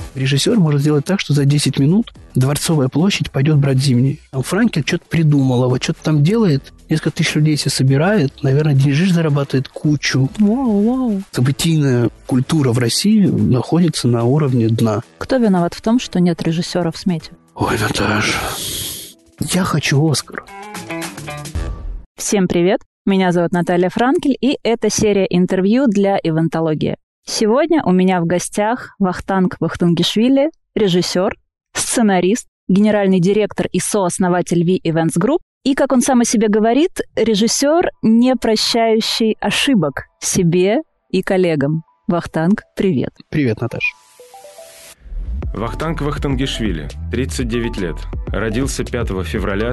Режиссер может сделать так, что за 10 минут Дворцовая площадь пойдет брать Зимний. Там Франкель что-то придумал, вот что-то там делает, несколько тысяч людей себе собирает, наверное, деньжищ зарабатывает кучу. Вау. Событийная культура в России находится на уровне дна. Кто виноват в том, что нет режиссера в смете? Ой, Наташа, я хочу Оскар. Всем привет! Меня зовут Наталья Франкель, и это серия интервью для ивентологии. Сегодня у меня в гостях Вахтанг Вахтангишвили, режиссер, сценарист, генеральный директор и сооснователь V Events Group, и, как он сам о себе говорит, режиссер, не прощающий ошибок себе и коллегам. Вахтанг, привет. Привет, Наташа. Вахтанг Вахтангишвили, 39 лет. Родился 5 февраля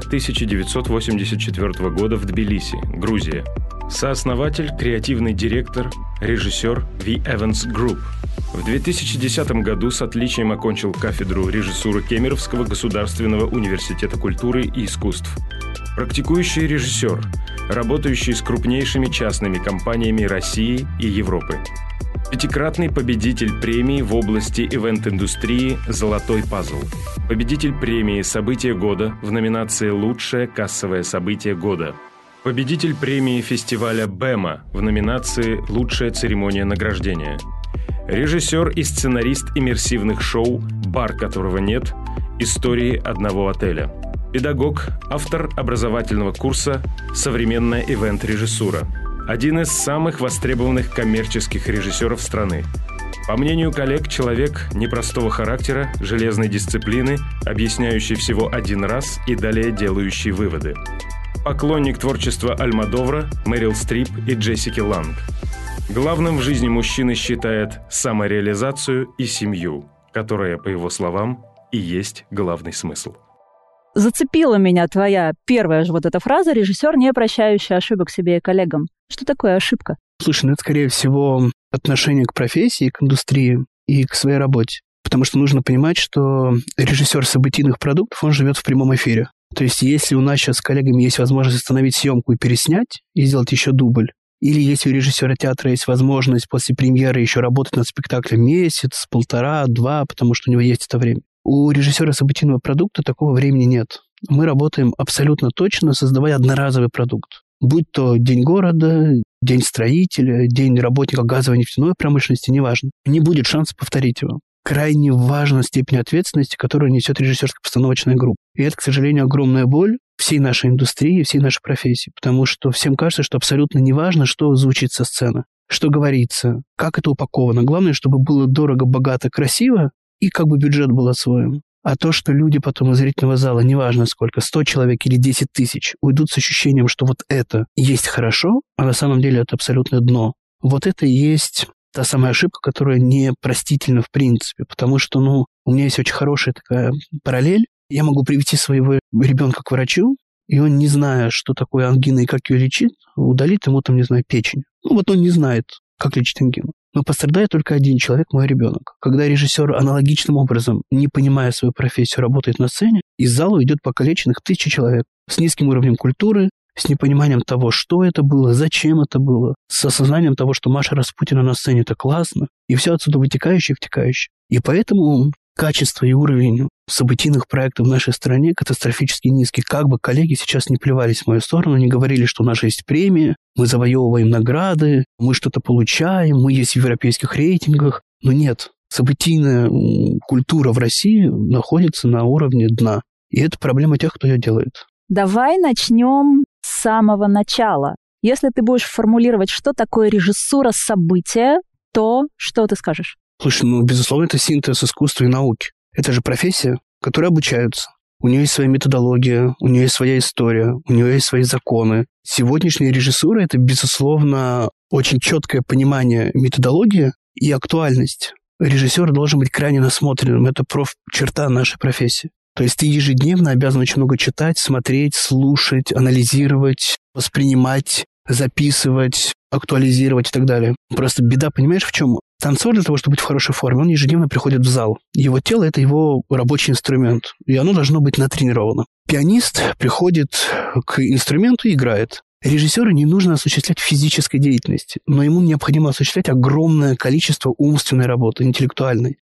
1984 года в Тбилиси, Грузия. Сооснователь, креативный директор, режиссер V Events Group. В 2010 году с отличием окончил кафедру режиссуры Кемеровского государственного университета культуры и искусств. Практикующий режиссер, работающий с крупнейшими частными компаниями России и Европы. Пятикратный победитель премии в области ивент-индустрии «Золотой пазл». Победитель премии «Событие года» в номинации «Лучшее кассовое событие года». Победитель премии фестиваля «БЭМА» в номинации «Лучшая церемония награждения». Режиссер и сценарист иммерсивных шоу «Бар, которого нет», «Истории одного отеля». Педагог, автор образовательного курса «Современная ивент-режиссура». Один из самых востребованных коммерческих режиссеров страны. По мнению коллег, человек непростого характера, железной дисциплины, объясняющий всего один раз и далее делающий выводы. Поклонник творчества Альмодовра, Мэрил Стрип и Джессики Ланг. Главным в жизни мужчины считает самореализацию и семью, которая, по его словам, и есть главный смысл. Зацепила меня твоя первая же вот эта фраза «режиссер, не прощающий ошибок себе и коллегам». Что такое ошибка? Слушай, это, скорее всего, отношение к профессии, к индустрии и к своей работе. Потому что нужно понимать, что режиссер событийных продуктов, он живет в прямом эфире. То есть, если у нас сейчас с коллегами есть возможность остановить съемку и переснять, и сделать еще дубль, или если у режиссера театра есть возможность после премьеры еще работать над спектаклем месяц, полтора, два, потому что у него есть это время. У режиссера событийного продукта такого времени нет. Мы работаем абсолютно точно, создавая одноразовый продукт. Будь то День города, День строителя, День работника газовой и нефтяной промышленности, неважно. Не будет шанса повторить его. Крайне важна степень ответственности, которую несет режиссерско-постановочная группа. И это, к сожалению, огромная боль всей нашей индустрии, всей нашей профессии. Потому что всем кажется, что абсолютно неважно, что звучит со сцены, что говорится, как это упаковано. Главное, чтобы было дорого, богато, красиво, и как бы бюджет был освоен. А то, что люди потом из зрительного зала, неважно сколько, 100 человек или 10 тысяч, уйдут с ощущением, что вот это есть хорошо, а на самом деле это абсолютное дно. Вот это и есть та самая ошибка, которая непростительна в принципе. Потому что, у меня есть очень хорошая такая параллель. Я могу привести своего ребенка к врачу, и он, не зная, что такое ангина и как ее лечить, удалит ему, печень. Он не знает, как лечить ангину. Но пострадает только один человек, мой ребенок. Когда режиссер аналогичным образом, не понимая свою профессию, работает на сцене, из зала идет покалеченных 1000 человек с низким уровнем культуры, с непониманием того, что это было, зачем это было, с осознанием того, что Маша Распутина на сцене – это классно, и все отсюда вытекающее и втекающее. И поэтому качество и уровень событийных проектов в нашей стране катастрофически низкий. Как бы коллеги сейчас не плевались в мою сторону, не говорили, что у нас есть премия, мы завоевываем награды, мы что-то получаем, мы есть в европейских рейтингах. Но нет, событийная культура в России находится на уровне дна. И это проблема тех, кто ее делает. Давай начнем с самого начала. Если ты будешь формулировать, что такое режиссура события, то что ты скажешь? Слушай, безусловно, это синтез искусства и науки. Это же профессия, которой обучаются. У нее есть своя методология, у нее есть своя история, у нее есть свои законы. Сегодняшняя режиссура – это, безусловно, очень четкое понимание методологии и актуальность. Режиссер должен быть крайне насмотренным. Это черта нашей профессии. То есть ты ежедневно обязан очень много читать, смотреть, слушать, анализировать, воспринимать, записывать, актуализировать и так далее. Просто беда, понимаешь, в чем? Танцор для того, чтобы быть в хорошей форме, он ежедневно приходит в зал. Его тело – это его рабочий инструмент, и оно должно быть натренировано. Пианист приходит к инструменту и играет. Режиссеру не нужно осуществлять физической деятельности, но ему необходимо осуществлять огромное количество умственной работы, интеллектуальной.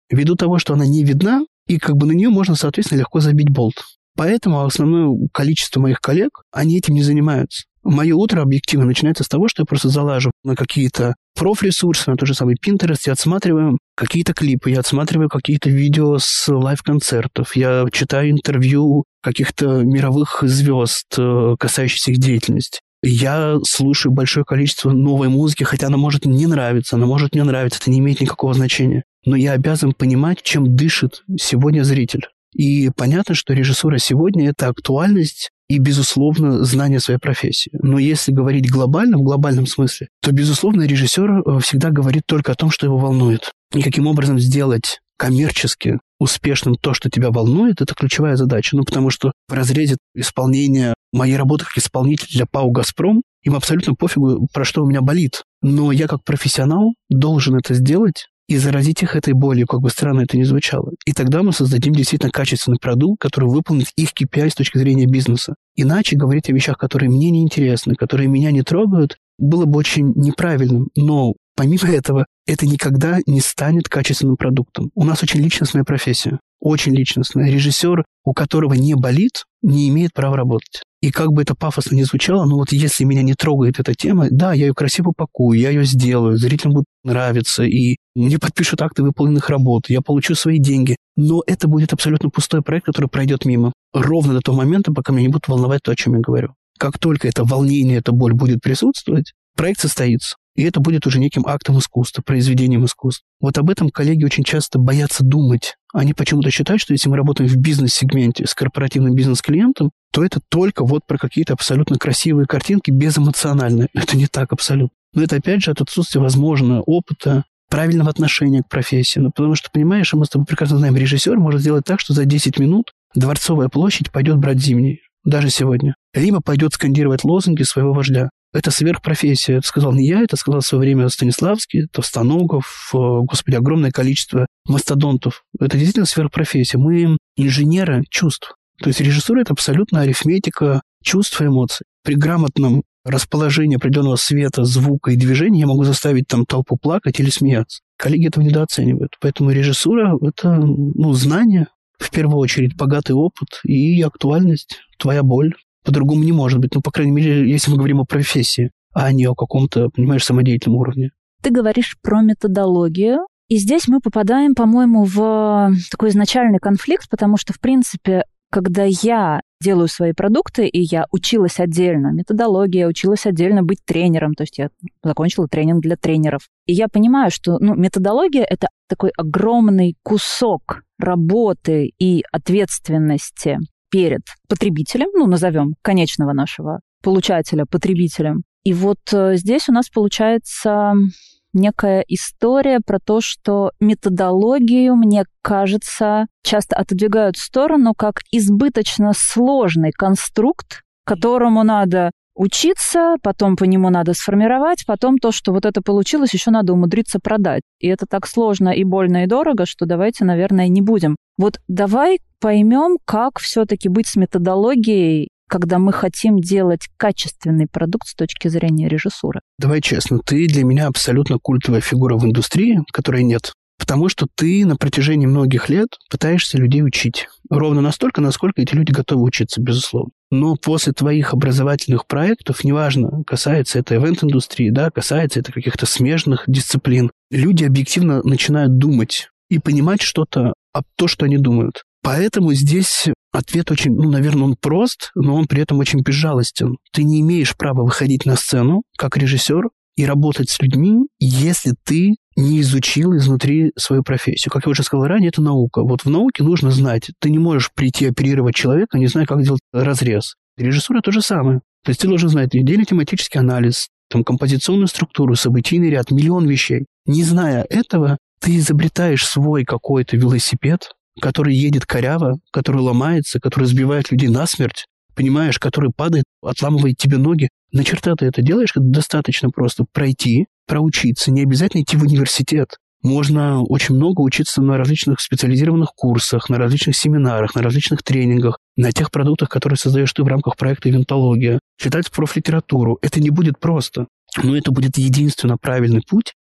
Ввиду того, что она не видна, и как бы на нее можно, соответственно, легко забить болт. Поэтому основное количество моих коллег, они этим не занимаются. Мое утро объективно начинается с того, что я просто залажу на какие-то профресурсы, на тот же самый Pinterest, я отсматриваю какие-то клипы, я отсматриваю какие-то видео с лайв-концертов, я читаю интервью каких-то мировых звезд, касающихся их деятельности. Я слушаю большое количество новой музыки, хотя она может не нравиться, она может не нравиться, это не имеет никакого значения. Но я обязан понимать, чем дышит сегодня зритель. И понятно, что режиссура сегодня – это актуальность и, безусловно, знание своей профессии. Но если говорить глобально, в глобальном смысле, то, безусловно, режиссер всегда говорит только о том, что его волнует. И каким образом сделать коммерчески успешным то, что тебя волнует, это ключевая задача. Ну, потому что в разрезе исполнения моей работы как исполнитель для ПАО «Газпром» им абсолютно пофигу, про что у меня болит. Но я как профессионал должен это сделать и заразить их этой болью, как бы странно это ни звучало. И тогда мы создадим действительно качественный продукт, который выполнит их KPI с точки зрения бизнеса. Иначе говорить о вещах, которые мне не интересны, которые меня не трогают, было бы очень неправильным. Но помимо этого, это никогда не станет качественным продуктом. У нас очень личностная профессия, очень личностная. Режиссер, у которого не болит, не имеет права работать. И как бы это пафосно ни звучало, но вот если меня не трогает эта тема, да, я ее красиво упакую, я ее сделаю, зрителям будет нравиться, и мне подпишут акты выполненных работ, я получу свои деньги. Но это будет абсолютно пустой проект, который пройдет мимо. Ровно до того момента, пока меня не будут волновать то, о чем я говорю. Как только это волнение, эта боль будет присутствовать, проект состоится. И это будет уже неким актом искусства, произведением искусства. Вот об этом коллеги очень часто боятся думать. Они почему-то считают, что если мы работаем в бизнес-сегменте с корпоративным бизнес-клиентом, то это только вот про какие-то абсолютно красивые картинки, безэмоциональные. Это не так абсолютно. Но это, опять же, от отсутствия, возможно, опыта, правильного отношения к профессии. Ну, потому что, понимаешь, мы с тобой прекрасно знаем, режиссер может сделать так, что за 10 минут Дворцовая площадь пойдет брать Зимний. Даже сегодня. Либо пойдет скандировать лозунги своего вождя. Это сверхпрофессия. Это сказал не я, это сказал в свое время Станиславский, Товстоногов, господи, огромное количество мастодонтов. Это действительно сверхпрофессия. Мы инженеры чувств. То есть режиссура – это абсолютно арифметика чувств и эмоций. При грамотном расположении определенного света, звука и движения я могу заставить там толпу плакать или смеяться. Коллеги этого недооценивают. Поэтому режиссура – это знание, в первую очередь, богатый опыт и актуальность, твоя боль. По-другому не может быть. Ну, по крайней мере, если мы говорим о профессии, а не о каком-то, понимаешь, самодеятельном уровне. Ты говоришь про методологию, и здесь мы попадаем, по-моему, в такой изначальный конфликт, потому что, в принципе, когда я делаю свои продукты, и я училась отдельно методологии, я училась отдельно быть тренером, то есть я закончила тренинг для тренеров. И я понимаю, что методология — это такой огромный кусок работы и ответственности перед потребителем, назовем конечного нашего получателя потребителем. И вот здесь у нас получается некая история про то, что методологию, мне кажется, часто отодвигают в сторону как избыточно сложный конструкт, которому надо учиться, потом по нему надо сформировать, потом то, что вот это получилось, еще надо умудриться продать. И это так сложно и больно и дорого, что давайте, наверное, не будем. Вот давай поймем, как все-таки быть с методологией, когда мы хотим делать качественный продукт с точки зрения режиссуры. Давай честно, ты для меня абсолютно культовая фигура в индустрии, которой нет. Потому что ты на протяжении многих лет пытаешься людей учить. Ровно настолько, насколько эти люди готовы учиться, безусловно. Но после твоих образовательных проектов, неважно, касается это ивент-индустрии, да, касается это каких-то смежных дисциплин, люди объективно начинают думать и понимать что-то об том, что они думают. Поэтому здесь ответ очень, наверное, он прост, но он при этом очень безжалостен. Ты не имеешь права выходить на сцену как режиссер и работать с людьми, если ты не изучил изнутри свою профессию. Как я уже сказал ранее, это наука. Вот в науке нужно знать. Ты не можешь прийти оперировать человека, не зная, как делать разрез. Режиссура то же самое. То есть ты должен знать идейно-тематический анализ, композиционную структуру, событийный ряд, миллион вещей. Не зная этого, ты изобретаешь свой какой-то велосипед, который едет коряво, который ломается, который сбивает людей насмерть, понимаешь, который падает, отламывает тебе ноги. На черта ты это делаешь, когда достаточно просто пройти, проучиться. Не обязательно идти в университет. Можно очень много учиться на различных специализированных курсах, на различных семинарах, на различных тренингах, на тех продуктах, которые создаешь ты в рамках проекта «Ивентология». Читать профлитературу. Это не будет просто, но это будет единственно правильный путь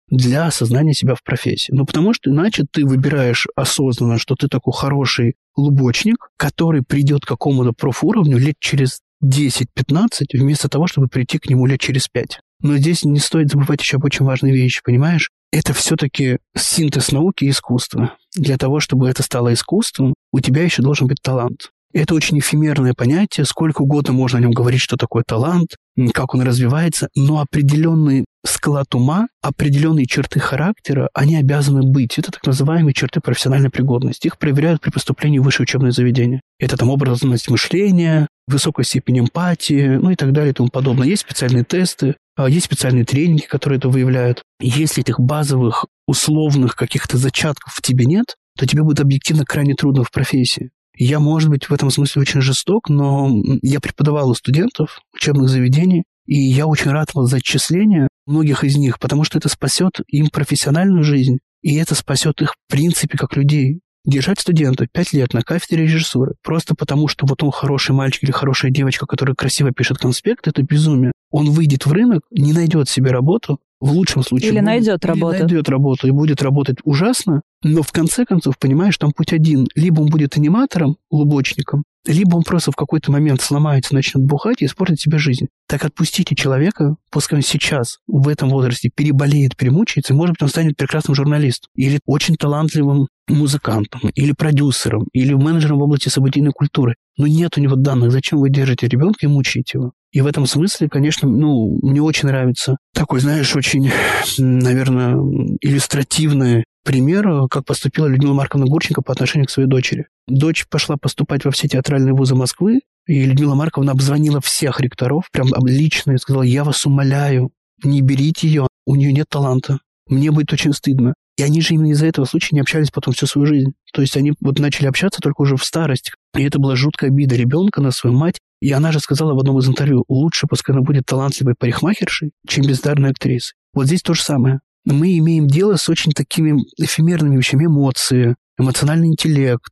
для осознания себя в профессии. Ну, потому что иначе ты выбираешь осознанно, что ты такой хороший лубочник, который придет к какому-то профуровню лет через 10-15, вместо того, чтобы прийти к нему лет через 5. Но здесь не стоит забывать еще об очень важной вещи, понимаешь? Это все-таки синтез науки и искусства. Для того, чтобы это стало искусством, у тебя еще должен быть талант. Это очень эфемерное понятие, сколько угодно можно о нем говорить, что такое талант, как он развивается, но определенный склад ума, определенные черты характера, они обязаны быть. Это так называемые черты профессиональной пригодности. Их проверяют при поступлении в высшее учебное заведение. Это там образность мышления, высокая степень эмпатии, ну и так далее и тому подобное. Есть специальные тесты, есть специальные тренинги, которые это выявляют. Если этих базовых, условных каких-то зачатков в тебе нет, то тебе будет объективно крайне трудно в профессии. Я, может быть, в этом смысле очень жесток, но я преподавал у студентов учебных заведений, и я очень рад за отчисления многих из них, потому что это спасет им профессиональную жизнь, и это спасет их в принципе как людей. Держать студента 5 лет на кафедре режиссуры просто потому, что вот он хороший мальчик или хорошая девочка, которая красиво пишет конспект, это безумие. Он выйдет в рынок, не найдет себе работу, в лучшем случае... Или найдет работу и будет работать ужасно, но в конце концов, понимаешь, там путь один. Либо он будет аниматором, лубочником, либо он просто в какой-то момент сломается, начнет бухать и испортит себе жизнь. Так отпустите человека, пускай он сейчас, в этом возрасте, переболеет, перемучается, и, может быть, он станет прекрасным журналистом, или очень талантливым музыкантом, или продюсером, или менеджером в области событийной культуры. Но нет у него данных. Зачем вы держите ребенка и мучаете его? И в этом смысле, конечно, мне очень нравится такой, знаешь, очень, наверное, иллюстративный пример, как поступила Людмила Марковна Гурченко по отношению к своей дочери. Дочь пошла поступать во все театральные вузы Москвы, и Людмила Марковна обзвонила всех ректоров, прям лично, и сказала: я вас умоляю, не берите ее, у нее нет таланта. Мне будет очень стыдно. И они же именно из-за этого случая не общались потом всю свою жизнь. То есть они вот начали общаться только уже в старости. И это была жуткая обида ребенка на свою мать. И она же сказала в одном из интервью: лучше пускай она будет талантливой парикмахершей, чем бездарной актрисой. Вот здесь то же самое. Мы имеем дело с очень такими эфемерными вещами: эмоции, эмоциональный интеллект,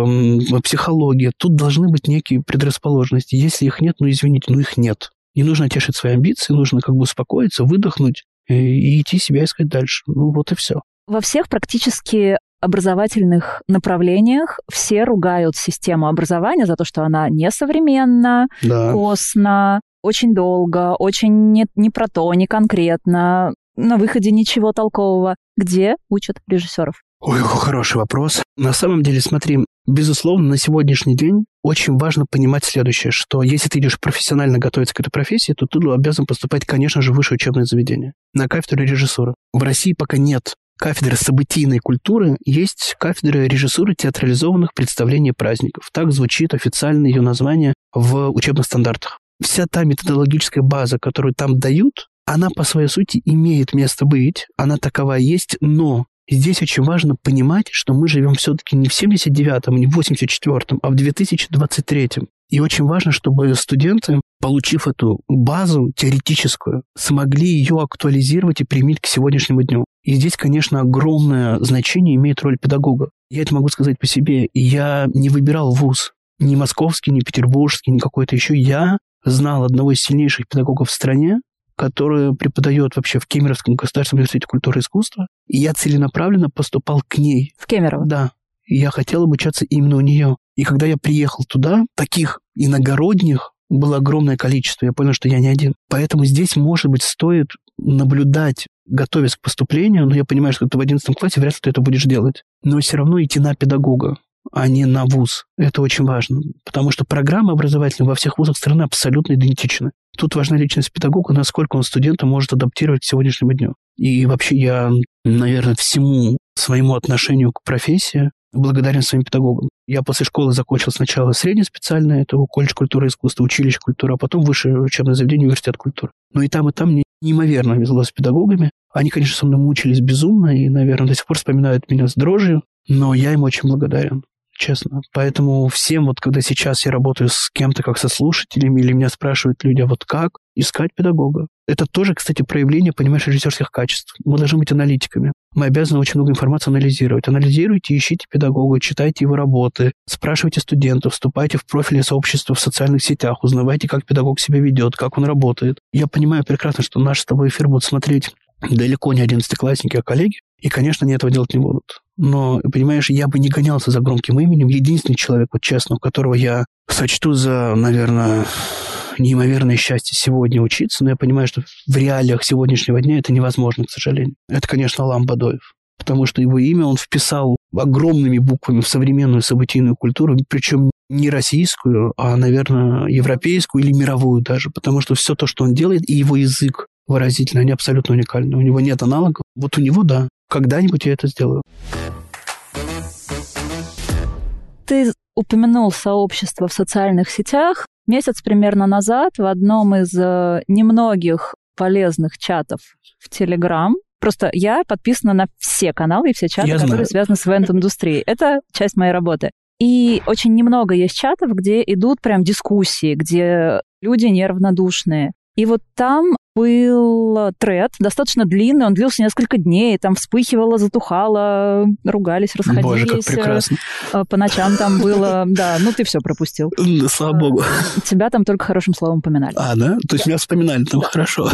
психология. Тут должны быть некие предрасположенности. Если их нет, извините, их нет. Не нужно тешить свои амбиции, нужно успокоиться, выдохнуть и идти себя искать дальше. Вот и все. Во всех практически образовательных направлениях все ругают систему образования за то, что она несовременна, костна, очень долго, очень не про то, не конкретно, на выходе ничего толкового. Где учат режиссеров? Ой, хороший вопрос. На самом деле, смотри, безусловно, на сегодняшний день очень важно понимать следующее, что если ты идешь профессионально готовиться к этой профессии, то ты обязан поступать, конечно же, в высшее учебное заведение, на кафедру режиссуры. В России пока нет кафедры событийной культуры, есть кафедра режиссуры театрализованных представлений и праздников. Так звучит официальное ее название в учебных стандартах. Вся та методологическая база, которую там дают, она по своей сути имеет место быть, она такова есть, но здесь очень важно понимать, что мы живем все-таки не в 79-м, не в 84-м, а в 2023-м. И очень важно, чтобы студенты, получив эту базу теоретическую, смогли ее актуализировать и применить к сегодняшнему дню. И здесь, конечно, огромное значение имеет роль педагога. Я это могу сказать по себе. Я не выбирал вуз, ни московский, ни петербургский, ни какой-то еще. Я знал одного из сильнейших педагогов в стране, который преподает вообще в Кемеровском государственном университете культуры и искусства. И я целенаправленно поступал к ней. В Кемерово? Да. И я хотел обучаться именно у нее. И когда я приехал туда, таких иногородних было огромное количество. Я понял, что я не один. Поэтому здесь, может быть, стоит наблюдать, готовясь к поступлению. Но я понимаю, что ты в 11 классе вряд ли ты это будешь делать. Но все равно идти на педагога, а не на вуз. Это очень важно. Потому что программы образовательные во всех вузах страны абсолютно идентичны. Тут важна личность педагога, насколько он студента может адаптировать к сегодняшнему дню. И вообще я, наверное, всему своему отношению к профессии благодарен своим педагогам. Я после школы закончил сначала среднее специальное, это колледж культуры и искусства, училище культуры, а потом высшее учебное заведение, университет культуры. Но и там мне неимоверно везло с педагогами. Они, конечно, со мной мучились безумно и, наверное, до сих пор вспоминают меня с дрожью, но я им очень благодарен. Честно. Поэтому всем, когда сейчас я работаю с кем-то, как со слушателями, или меня спрашивают люди, как искать педагога. Это тоже, кстати, проявление, понимаешь, режиссерских качеств. Мы должны быть аналитиками. Мы обязаны очень много информации анализировать. Анализируйте, ищите педагога, читайте его работы, спрашивайте студентов, вступайте в профили сообщества в социальных сетях, узнавайте, как педагог себя ведет, как он работает. Я понимаю прекрасно, что наш с тобой эфир будут смотреть далеко не 11-классники, а коллеги. И, конечно, они этого делать не будут. Но, понимаешь, я бы не гонялся за громким именем. Единственный человек, вот честно, у которого я сочту за, наверное, неимоверное счастье сегодня учиться, но я понимаю, что в реалиях сегодняшнего дня это невозможно, к сожалению. Это, конечно, Алан Бадоев. Потому что его имя он вписал огромными буквами в современную событийную культуру, причем не российскую, а, наверное, европейскую или мировую даже. Потому что все то, что он делает, и его язык выразительно, они абсолютно уникальны. У него нет аналогов. Вот у него, да. Когда-нибудь я это сделаю. Ты упомянул сообщество в социальных сетях. Месяц примерно назад в одном из немногих полезных чатов в Telegram, просто я подписана на все каналы и все чаты, которые связаны с ивент-индустрией. Это часть моей работы. И очень немного есть чатов, где идут прям дискуссии, где люди неравнодушные. И вот там был тред, достаточно длинный, он длился несколько дней, там вспыхивало, затухало, ругались, расходились. Боже, как прекрасно. По ночам там было, да, ну ты все пропустил. Слава богу. Тебя там только хорошим словом поминали. А, да? То есть меня вспоминали там хорошо.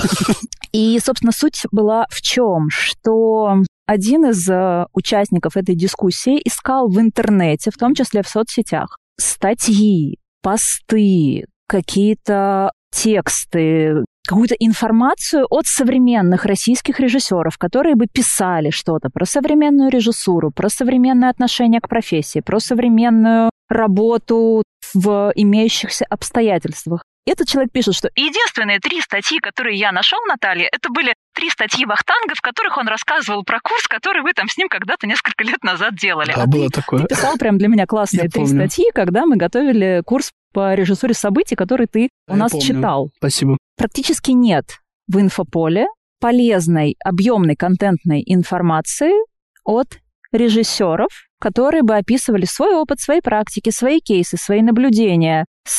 И, собственно, суть была в чем? Что один из участников этой дискуссии искал в интернете, в том числе в соцсетях, статьи, посты, какие-то тексты, какую-то информацию от современных российских режиссеров, которые бы писали что-то про современную режиссуру, про современное отношение к профессии, про современную работу в имеющихся обстоятельствах. Этот человек пишет, что единственные 3 статьи, которые я нашел, Наталья, это были 3 статьи Вахтанга, в которых он рассказывал про курс, который вы там с ним когда-то несколько лет назад делали. А было такое. Ты писал прям для меня классные 3 статьи, когда мы готовили курс по режиссуре событий, который ты у нас читал. Спасибо. Практически нет в инфополе полезной, объемной контентной информации от режиссеров, которые бы описывали свой опыт, свои практики, свои кейсы, свои наблюдения,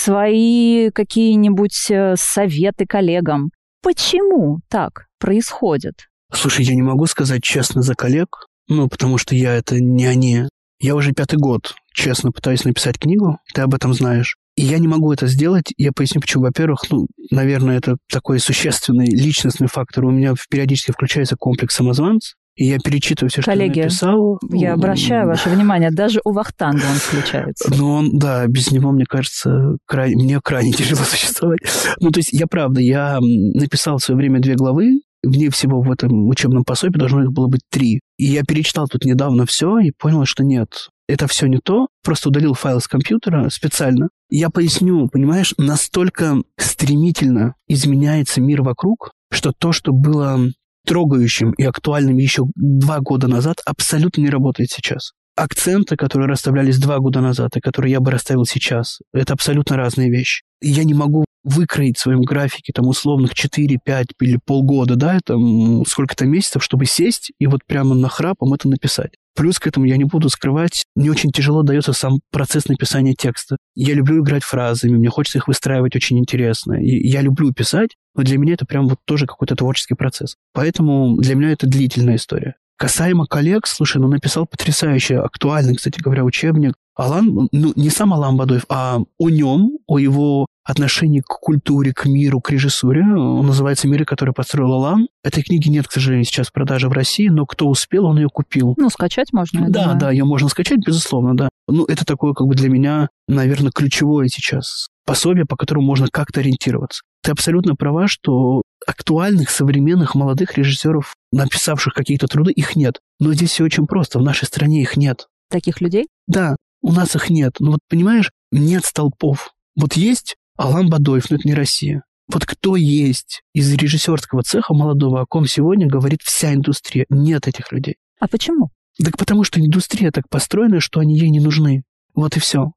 свои какие-нибудь советы коллегам. Почему так происходит? Слушай, я не могу сказать честно за коллег, потому что я это не они. Я уже 5-й год, честно, пытаюсь написать книгу, ты об этом знаешь. И я не могу это сделать, я поясню почему. Во-первых, наверное, это такой существенный личностный фактор. У меня периодически включается комплекс самозванца, и я перечитываю все, коллеги, что я написал. Я обращаю ваше внимание, даже у Вахтанга он включается. Без него, мне кажется, мне крайне тяжело существовать. То есть я написал в свое время 2 главы, вне всего в этом учебном пособии должно их было быть 3. И я перечитал тут недавно все и понял, что нет, это все не то, просто удалил файл с компьютера специально. Я поясню, понимаешь, настолько стремительно изменяется мир вокруг, что то, что было трогающим и актуальным еще 2 года назад, абсолютно не работает сейчас. Акценты, которые расставлялись 2 года назад и которые я бы расставил сейчас, это абсолютно разные вещи. И я не могу выкроить в своем графике условных 4, 5 или полгода, сколько-то месяцев, чтобы сесть и вот прямо нахрапом это написать. Плюс к этому, я не буду скрывать, мне очень тяжело дается сам процесс написания текста. Я люблю играть фразами, мне хочется их выстраивать очень интересно. И я люблю писать, но для меня это прям тоже какой-то творческий процесс. Поэтому для меня это длительная история. Касаемо коллег, слушай, написал потрясающе актуальный, кстати говоря, учебник. Алан, не сам Алан Бадоев, а о нем, о его отношении к культуре, к миру, к режиссуре. Он называется «Миры, которые построил Алан». Этой книги нет, к сожалению, сейчас в продаже в России, но кто успел, он ее купил. Скачать можно, Да, ее можно скачать, безусловно, да. Это такое для меня, наверное, ключевое сейчас пособие, по которому можно как-то ориентироваться. Ты абсолютно права, что актуальных, современных, молодых режиссеров, написавших какие-то труды, их нет. Но здесь все очень просто. В нашей стране их нет. Таких людей? Да, у нас их нет. Понимаешь, нет столпов. Есть Алан Бадоев, но это не Россия. Кто есть из режиссерского цеха молодого, о ком сегодня говорит вся индустрия? Нет этих людей. А почему? Так потому что индустрия так построена, что они ей не нужны. Вот и все.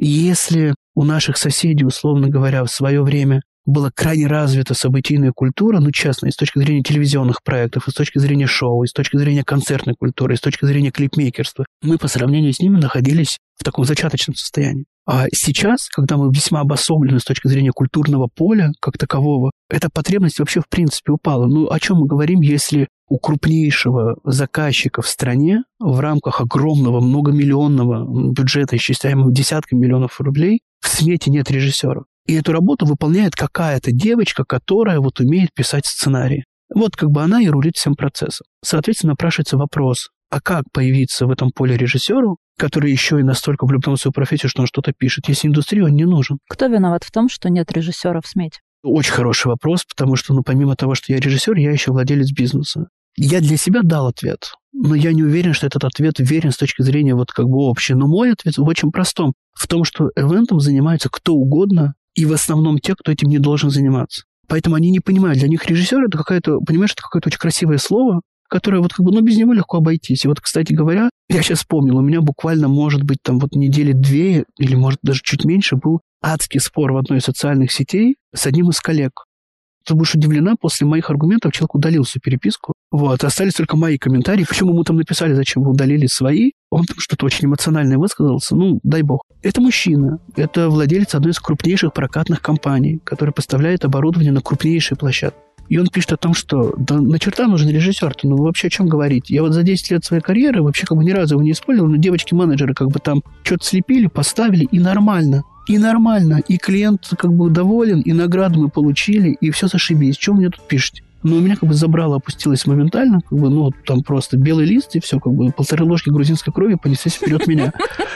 Если у наших соседей, условно говоря, в свое время была крайне развита событийная культура, честно, и с точки зрения телевизионных проектов, и с точки зрения шоу, и с точки зрения концертной культуры, и с точки зрения клипмейкерства, мы по сравнению с ними находились в таком зачаточном состоянии. А сейчас, когда мы весьма обособлены с точки зрения культурного поля как такового, эта потребность вообще в принципе упала. О чем мы говорим, если у крупнейшего заказчика в стране в рамках огромного многомиллионного бюджета, исчисляемого десятками миллионов рублей, в смете нет режиссера? И эту работу выполняет какая-то девочка, которая умеет писать сценарии. Вот как бы она и рулит всем процессом. Соответственно, напрашивается вопрос, а как появиться в этом поле режиссеру, который еще и настолько влюблен в свою профессию, что он что-то пишет, если индустрии он не нужен? Кто виноват в том, что нет режиссера в СМЕТе? Очень хороший вопрос, потому что, помимо того, что я режиссер, я еще владелец бизнеса. Я для себя дал ответ, но я не уверен, что этот ответ верен с точки зрения общей. Но мой ответ в очень простом. В том, что ивентом занимается кто угодно, и в основном те, кто этим не должен заниматься. Поэтому они не понимают. Для них режиссер это какое-то очень красивое слово, которое без него легко обойтись. И кстати говоря, я сейчас вспомнил, у меня буквально, может быть, недели 2 или, может, даже чуть меньше был адский спор в одной из социальных сетей с одним из коллег. Ты будешь удивлена, после моих аргументов человек удалил всю переписку. Остались только мои комментарии. Почему мы там написали, зачем вы удалили свои? Он там что-то очень эмоциональное высказался. Дай бог. Это мужчина. Это владелец одной из крупнейших прокатных компаний, который поставляет оборудование на крупнейшие площадки. И он пишет о том, что на черта нужен режиссер-то, вы вообще о чем говорите? Я за 10 лет своей карьеры вообще ни разу его не использовал, но девочки-менеджеры там что-то слепили, поставили, и нормально. И нормально. И клиент доволен, и награду мы получили, и все зашибись. Что вы мне тут пишете? Но у меня забрало, опустилось моментально, там просто белый лист, и все, 1,5 ложки грузинской крови понеслись вперед меня.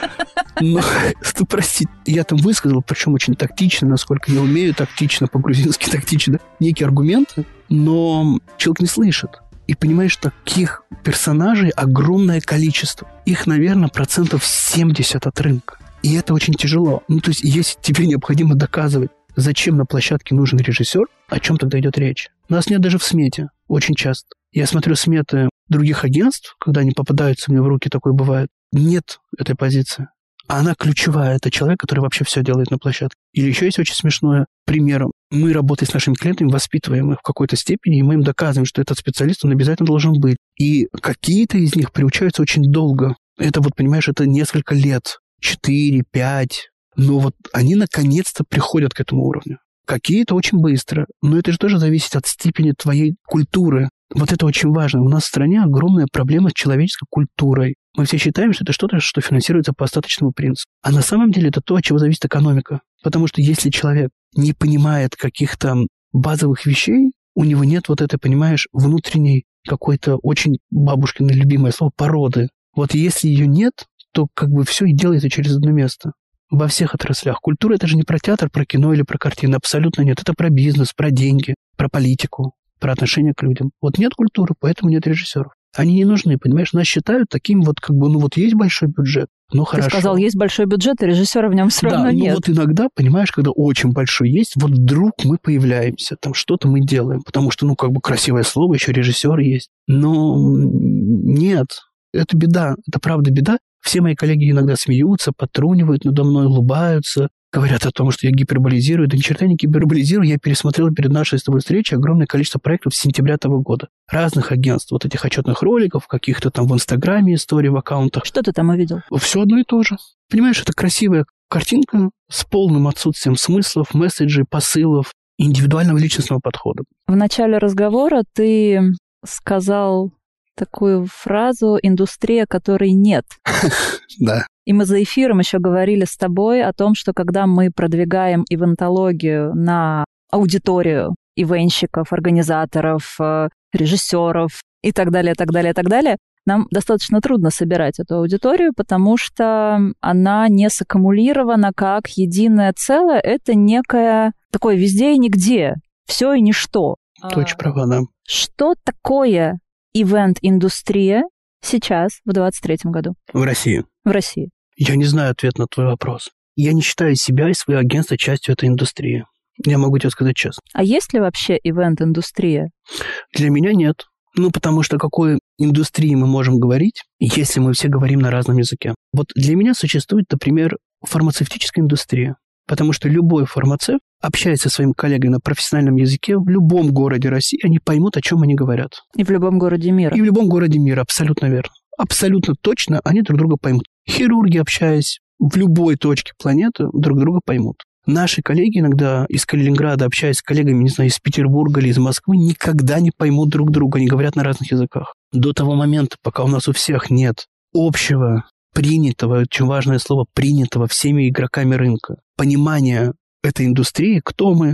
Но, простите, я там высказал, причем очень тактично, насколько я умею, тактично, по-грузински тактично, некие аргументы, но человек не слышит. И понимаешь, таких персонажей огромное количество. Их, наверное, 70% от рынка. И это очень тяжело. То есть, если тебе необходимо доказывать, зачем на площадке нужен режиссер, о чем тогда идет речь? Нас нет даже в смете, очень часто. Я смотрю сметы других агентств, когда они попадаются мне в руки, такое бывает. Нет этой позиции. А она ключевая. Это человек, который вообще все делает на площадке. Или еще есть очень смешное пример. Мы, работая с нашими клиентами, воспитываем их в какой-то степени, и мы им доказываем, что этот специалист, он обязательно должен быть. И какие-то из них приучаются очень долго. Это понимаешь, это несколько лет. 4, 5. Но они наконец-то приходят к этому уровню. Какие-то очень быстро. Но это же тоже зависит от степени твоей культуры. Это очень важно. У нас в стране огромная проблема с человеческой культурой. Мы все считаем, что это что-то, что финансируется по остаточному принципу. А на самом деле это то, от чего зависит экономика. Потому что если человек не понимает каких-то базовых вещей, у него нет этой, понимаешь, внутренней какой-то очень бабушкино любимое слово породы. Если ее нет, то все и делается через одно место. Во всех отраслях. Культура – это же не про театр, про кино или про картины. Абсолютно нет. Это про бизнес, про деньги, про политику, про отношение к людям. Нет культуры, поэтому нет режиссеров. Они не нужны, понимаешь? Нас считают таким есть большой бюджет, хорошо. Ты сказал, есть большой бюджет, и режиссера в нем все равно нет. Иногда, понимаешь, когда очень большой есть, вдруг мы появляемся, что-то мы делаем, потому что, красивое слово, еще режиссер есть. Но нет, это беда, это правда беда. Все мои коллеги иногда смеются, подтрунивают надо мной, улыбаются, говорят о том, что я гиперболизирую. Да ни черта не гиперболизирую. Я пересмотрел перед нашей с тобой встречей огромное количество проектов с сентября того года. Разных агентств. Этих отчетных роликов, каких-то там в Инстаграме историй, в аккаунтах. Что ты там увидел? Все одно и то же. Понимаешь, это красивая картинка с полным отсутствием смыслов, месседжей, посылов, индивидуального личностного подхода. В начале разговора ты сказал такую фразу «индустрия, которой нет». Да. И мы за эфиром еще говорили с тобой о том, что когда мы продвигаем ивентологию на аудиторию ивентщиков, организаторов, режиссеров и так далее, так далее, так далее, нам достаточно трудно собирать эту аудиторию, потому что она не саккумулирована как единое целое. Это некое такое везде и нигде, все и ничто. Ты очень права, да. Что такое ивент-индустрия сейчас, в 2023 году? В России. В России. Я не знаю ответ на твой вопрос. Я не считаю себя и свое агентство частью этой индустрии. Я могу тебе сказать честно. А есть ли вообще ивент-индустрия? Для меня нет. Потому что о какой индустрии мы можем говорить, если мы все говорим на разном языке? Для меня существует, например, фармацевтическая индустрия. Потому что любой фармацевт, общаясь со своим коллегой на профессиональном языке, в любом городе России, они поймут, о чем они говорят. И в любом городе мира. И в любом городе мира, абсолютно верно. Абсолютно точно они друг друга поймут. Хирурги, общаясь в любой точке планеты, друг друга поймут. Наши коллеги иногда из Калининграда, общаясь с коллегами, не знаю, из Петербурга или из Москвы, никогда не поймут друг друга. Они говорят на разных языках. До того момента, пока у нас у всех нет общего, принятого, очень важное слово, принятого всеми игроками рынка, понимание этой индустрии, кто мы,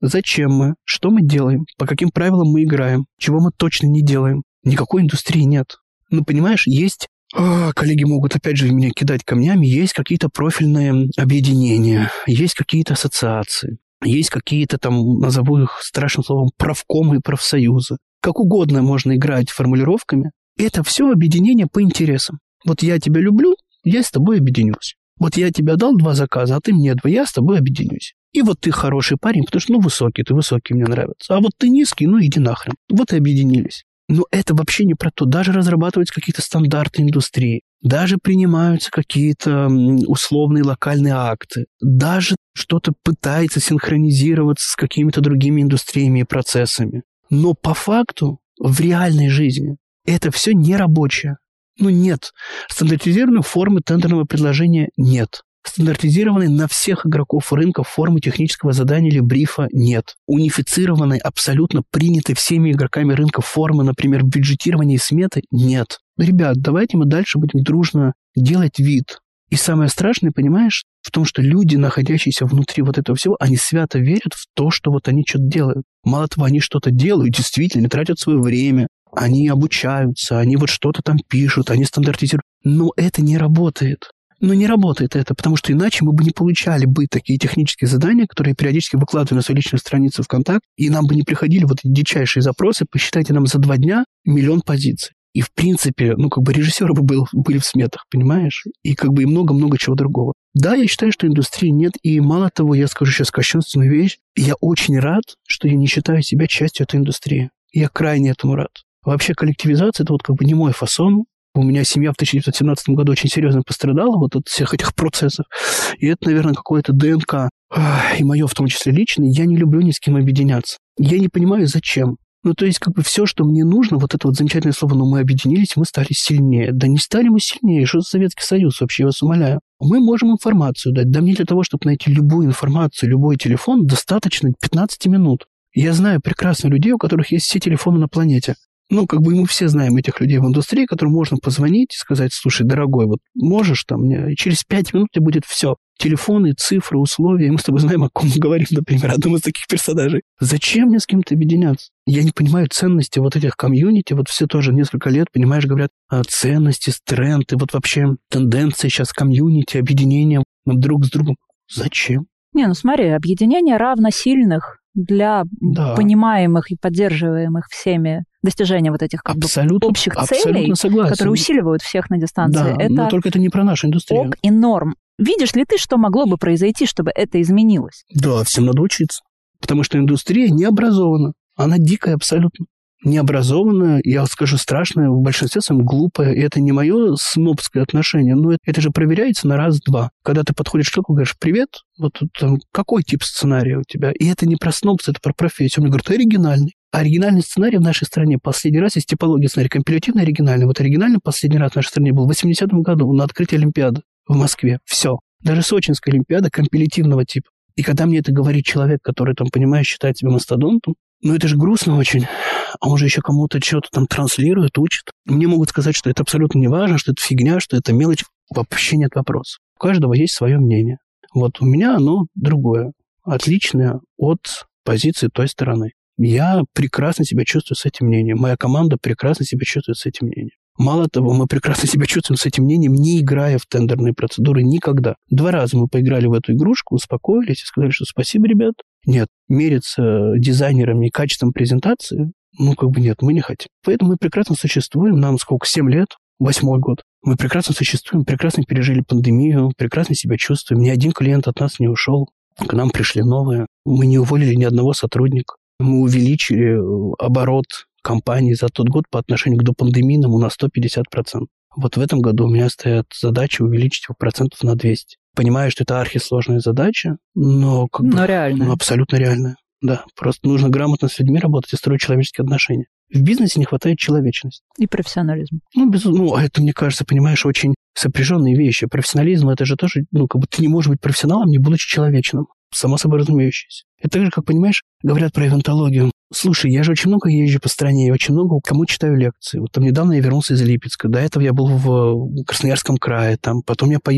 зачем мы, что мы делаем, по каким правилам мы играем, чего мы точно не делаем. Никакой индустрии нет. Ну, понимаешь, есть... коллеги могут опять же меня кидать камнями. Есть какие-то профильные объединения, есть какие-то ассоциации, есть какие-то там, назову их страшным словом, правкомы и профсоюзы. Как угодно можно играть формулировками. Это все объединение по интересам. Вот я тебя люблю, я с тобой объединюсь. Вот я тебе дал 2 заказа, а ты мне 2, я с тобой объединюсь. И вот ты хороший парень, потому что, высокий, ты высокий, мне нравится. А вот ты низкий, иди нахрен. Вот и объединились. Но это вообще не про то. Даже разрабатываются какие-то стандарты индустрии. Даже принимаются какие-то условные локальные акты. Даже что-то пытается синхронизироваться с какими-то другими индустриями и процессами. Но по факту в реальной жизни это все не рабочее. Нет. Стандартизированной формы тендерного предложения нет. Стандартизированной на всех игроков рынка формы технического задания или брифа нет. Унифицированной, абсолютно принятой всеми игроками рынка формы, например, бюджетирования и сметы, нет. Ребят, давайте мы дальше будем дружно делать вид. И самое страшное, понимаешь, в том, что люди, находящиеся внутри вот этого всего, они свято верят в то, что вот они что-то делают. Мало того, они что-то делают, действительно, тратят свое время, они обучаются, они вот что-то там пишут, они стандартизируют. Но это не работает. Не работает это, потому что иначе мы бы не получали бы такие технические задания, которые я периодически выкладываю на свою личную страницу ВКонтакте, и нам бы не приходили вот эти дичайшие запросы, посчитайте нам за 2 дня 1 000 000 позиций. И, в принципе, режиссеры бы были в сметах, понимаешь? И и много-много чего другого. Да, я считаю, что индустрии нет, и мало того, я скажу сейчас кощунственную вещь, я очень рад, что я не считаю себя частью этой индустрии. Я крайне этому рад. Вообще коллективизация – это не мой фасон. У меня семья в 1917 году очень серьезно пострадала вот от всех этих процессов. И это, наверное, какое-то ДНК. И мое, в том числе, личное. Я не люблю ни с кем объединяться. Я не понимаю, зачем. То есть, все, что мне нужно, вот это вот замечательное слово, мы объединились, мы стали сильнее. Да не стали мы сильнее. Что за Советский Союз вообще, я вас умоляю. Мы можем информацию дать. Да мне для того, чтобы найти любую информацию, любой телефон, достаточно 15 минут. Я знаю прекрасно людей, у которых есть все телефоны на планете. Мы все знаем этих людей в индустрии, которым можно позвонить и сказать: слушай, дорогой, вот можешь там мне, и через 5 минут у тебя будет все. Телефоны, цифры, условия. И мы с тобой знаем, о ком мы говорим, например, одном из таких персонажей. Зачем мне с кем-то объединяться? Я не понимаю ценности вот этих комьюнити. Вот все тоже несколько лет, понимаешь, говорят о ценности, тренды, вот вообще тенденции сейчас комьюнити, объединения друг с другом. Зачем? Смотри, объединение равносильных для понимаемых и поддерживаемых всеми достижения вот этих общих целей, которые усиливают всех на дистанции. Да, но только это не про нашу индустрию. Ок и норм. Видишь ли ты, что могло бы произойти, чтобы это изменилось? Да, всем надо учиться. Потому что индустрия не образована. Она дикая абсолютно. Необразованная, я скажу, страшная, в большинстве своем глупая. И это не мое снобское отношение, но это же проверяется на раз-два. Когда ты подходишь к человеку и говоришь: привет, вот там, какой тип сценария у тебя? И это не про снобство, это про профессию. Он мне говорит: оригинальный. Оригинальный сценарий в нашей стране последний раз из типологии сценария компилятивный оригинальный. Вот оригинальный последний раз в нашей стране был в 80-м году на открытии Олимпиады в Москве. Все. Даже Сочинская Олимпиада компилятивного типа. И когда мне это говорит человек, который, там, понимаешь, считает себя мастодонтом, это же грустно очень. А он же еще кому-то что-то там транслирует, учит. Мне могут сказать, что это абсолютно не важно, что это фигня, что это мелочь. Вообще нет вопроса. У каждого есть свое мнение. Вот у меня оно другое. Отличное от позиции той стороны. Я прекрасно себя чувствую с этим мнением. Моя команда прекрасно себя чувствует с этим мнением. Мало того, мы прекрасно себя чувствуем с этим мнением, не играя в тендерные процедуры никогда. 2 раза мы поиграли в эту игрушку, успокоились и сказали, что спасибо, ребят. Нет, мериться дизайнерами и качеством презентации, нет, мы не хотим. Поэтому мы прекрасно существуем, нам сколько, 7 лет, 8-й год. Мы прекрасно существуем, прекрасно пережили пандемию, прекрасно себя чувствуем. Ни один клиент от нас не ушел, к нам пришли новые. Мы не уволили ни одного сотрудника. Мы увеличили оборот компании за тот год по отношению к допандемийному на 150%. Вот в этом году у меня стоят задачи увеличить его процентов на 200. Понимаю, что это архисложная задача, но реальная. Абсолютно реальная. Да, просто нужно грамотно с людьми работать и строить человеческие отношения. В бизнесе не хватает человечности. И профессионализм. Это, мне кажется, понимаешь, очень сопряженные вещи. Профессионализм – это же тоже, ты не можешь быть профессионалом, не будучи человечным. Само собой разумеющееся. Это так же, как, понимаешь, говорят про ивентологию. Слушай, я же очень много езжу по стране, я очень много кому читаю лекции. Вот там недавно я вернулся из Липецка, до этого я был в Красноярском крае, там, потом я поеду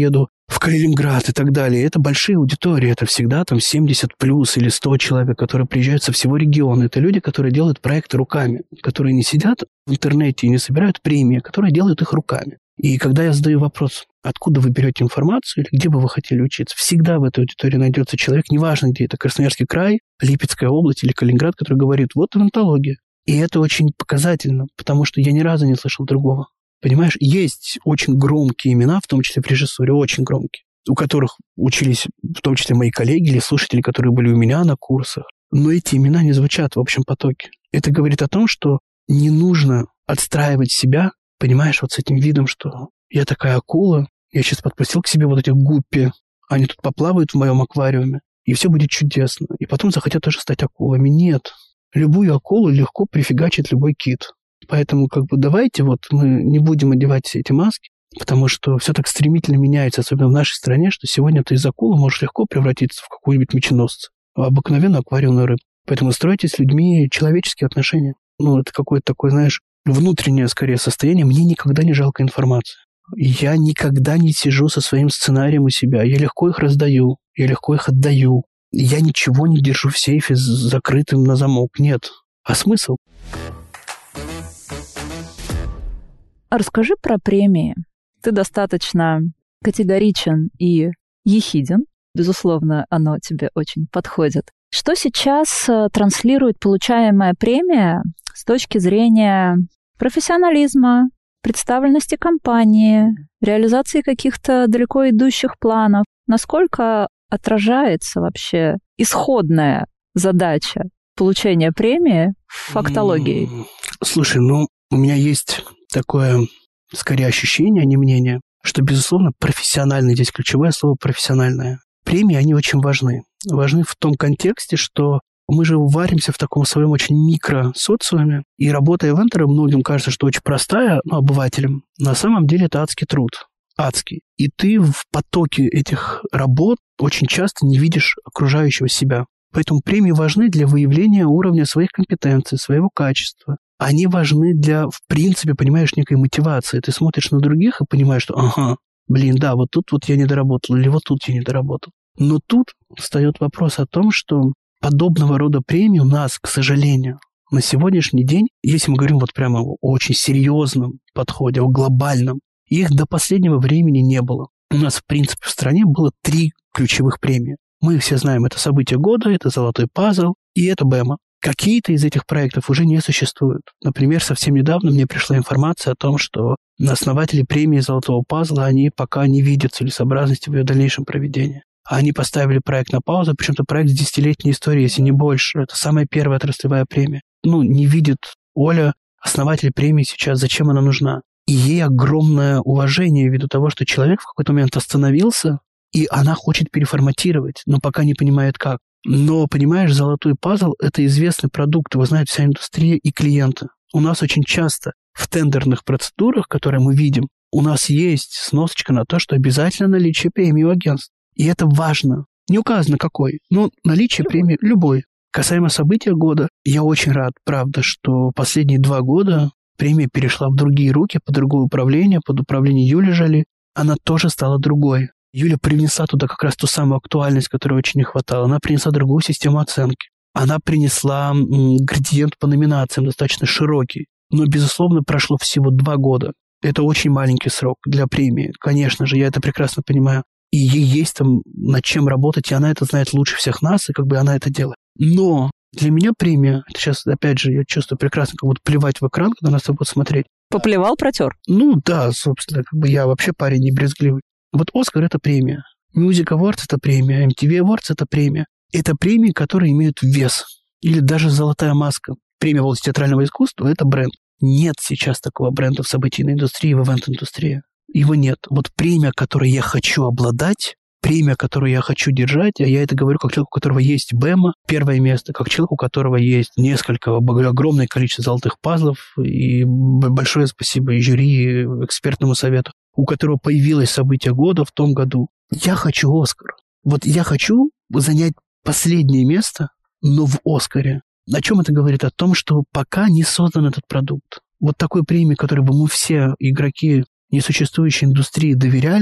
в Калининград и так далее. Это большие аудитории, это всегда там 70 плюс или 100 человек, которые приезжают со всего региона. Это люди, которые делают проекты руками, которые не сидят в интернете и не собирают премии, которые делают их руками. И когда я задаю вопрос, откуда вы берете информацию или где бы вы хотели учиться, всегда в этой аудитории найдется человек, неважно где это, Красноярский край, Липецкая область или Калининград, который говорит, вот ивентология. И это очень показательно, потому что я ни разу не слышал другого. Понимаешь, есть очень громкие имена, в том числе в режиссуре, очень громкие, у которых учились в том числе мои коллеги или слушатели, которые были у меня на курсах. Но эти имена не звучат в общем потоке. Это говорит о том, что не нужно отстраивать себя, понимаешь, вот с этим видом, что я такая акула, я сейчас подпустил к себе вот этих гуппи, они тут поплавают в моем аквариуме, и все будет чудесно. И потом захотят тоже стать акулами. Нет. Любую акулу легко прифигачит любой кит. Поэтому давайте мы не будем одевать все эти маски, потому что все так стремительно меняется, особенно в нашей стране, что сегодня ты из акулы можешь легко превратиться в какую-нибудь меченосца, обыкновенную аквариумную рыбу. Поэтому стройте с людьми человеческие отношения. Это какое-то такое, знаешь, внутреннее, скорее, состояние. Мне никогда не жалко информации. Я никогда не сижу со своим сценарием у себя. Я легко их раздаю, я легко их отдаю. Я ничего не держу в сейфе закрытым на замок. Нет. А смысл? Расскажи про премии. Ты достаточно категоричен и ехиден. Безусловно, оно тебе очень подходит. Что сейчас транслирует получаемая премия с точки зрения профессионализма, представленности компании, реализации каких-то далеко идущих планов? Насколько отражается вообще исходная задача получения премии фактологией? Слушай, у меня есть такое, скорее, ощущение, а не мнение, что, безусловно, профессиональное, здесь ключевое слово «профессиональное». Премии, они очень важны. Важны в том контексте, что мы же варимся в таком своем очень микросоциуме, и работа ивентера многим кажется, что очень простая, обывателям. На самом деле это адский труд. Адский. И ты в потоке этих работ очень часто не видишь окружающего себя. Поэтому премии важны для выявления уровня своих компетенций, своего качества. Они важны для, в принципе, понимаешь, некой мотивации. Ты смотришь на других и понимаешь, что вот тут вот я не доработал, или вот тут я не доработал. Но тут встает вопрос о том, что подобного рода премии у нас, к сожалению, на сегодняшний день, если мы говорим прямо о очень серьезном подходе, о глобальном, их до последнего времени не было. У нас, в принципе, в стране было 3 ключевых премии. Мы все знаем, это событие года, это «Золотой пазл» и это БЭМа. Какие-то из этих проектов уже не существуют. Например, совсем недавно мне пришла информация о том, что основатели премии «Золотого пазла», они пока не видят целесообразности в ее дальнейшем проведении. Они поставили проект на паузу, причем это проект с 10-летней историей, если не больше. Это самая первая отраслевая премия. Не видит Оля, основатель премии сейчас, зачем она нужна. И ей огромное уважение ввиду того, что человек в какой-то момент остановился, и она хочет переформатировать, но пока не понимает как. Но, понимаешь, «Золотой пазл» — это известный продукт, его знает вся индустрия и клиенты. У нас очень часто в тендерных процедурах, которые мы видим, у нас есть сносочка на то, что обязательно наличие премии у агентств. И это важно. Не указано какой, но наличие премии любой. Касаемо события года, я очень рад, правда, что последние 2 года премия перешла в другие руки, под другое управление, под управление Юли Жали. Она тоже стала другой. Юля привнесла туда как раз ту самую актуальность, которой очень не хватало. Она принесла другую систему оценки. Она принесла градиент по номинациям достаточно широкий. Но, безусловно, прошло всего 2 года. Это очень маленький срок для премии. Конечно же, я это прекрасно понимаю. И ей есть там над чем работать, и она это знает лучше всех нас, и она это делает. Но для меня премия, это сейчас, опять же, я чувствую прекрасно, как будто плевать в экран, когда нас будут смотреть. Поплевал, протер? Да, собственно, я вообще парень не брезгливый. «Оскар» — это премия. Music Awards — это премия. MTV Awards — это премия. Это премии, которые имеют вес. Или даже «Золотая маска». Премия в области театрального искусства — это бренд. Нет сейчас такого бренда в событийной индустрии, в ивент-индустрии. Его нет. Премия, которой я хочу обладать, премия, которую я хочу держать, а я это говорю как человек, у которого есть БЭМа, первое место, как человек, у которого есть огромное количество золотых пазлов, и большое спасибо и жюри, и экспертному совету, у которого появилось событие года в том году. Я хочу «Оскар». Я хочу занять последнее место, но в «Оскаре». О чем это говорит? О том, что пока не создан этот продукт. Такой премии, которой бы мы все игроки несуществующей индустрии доверяли,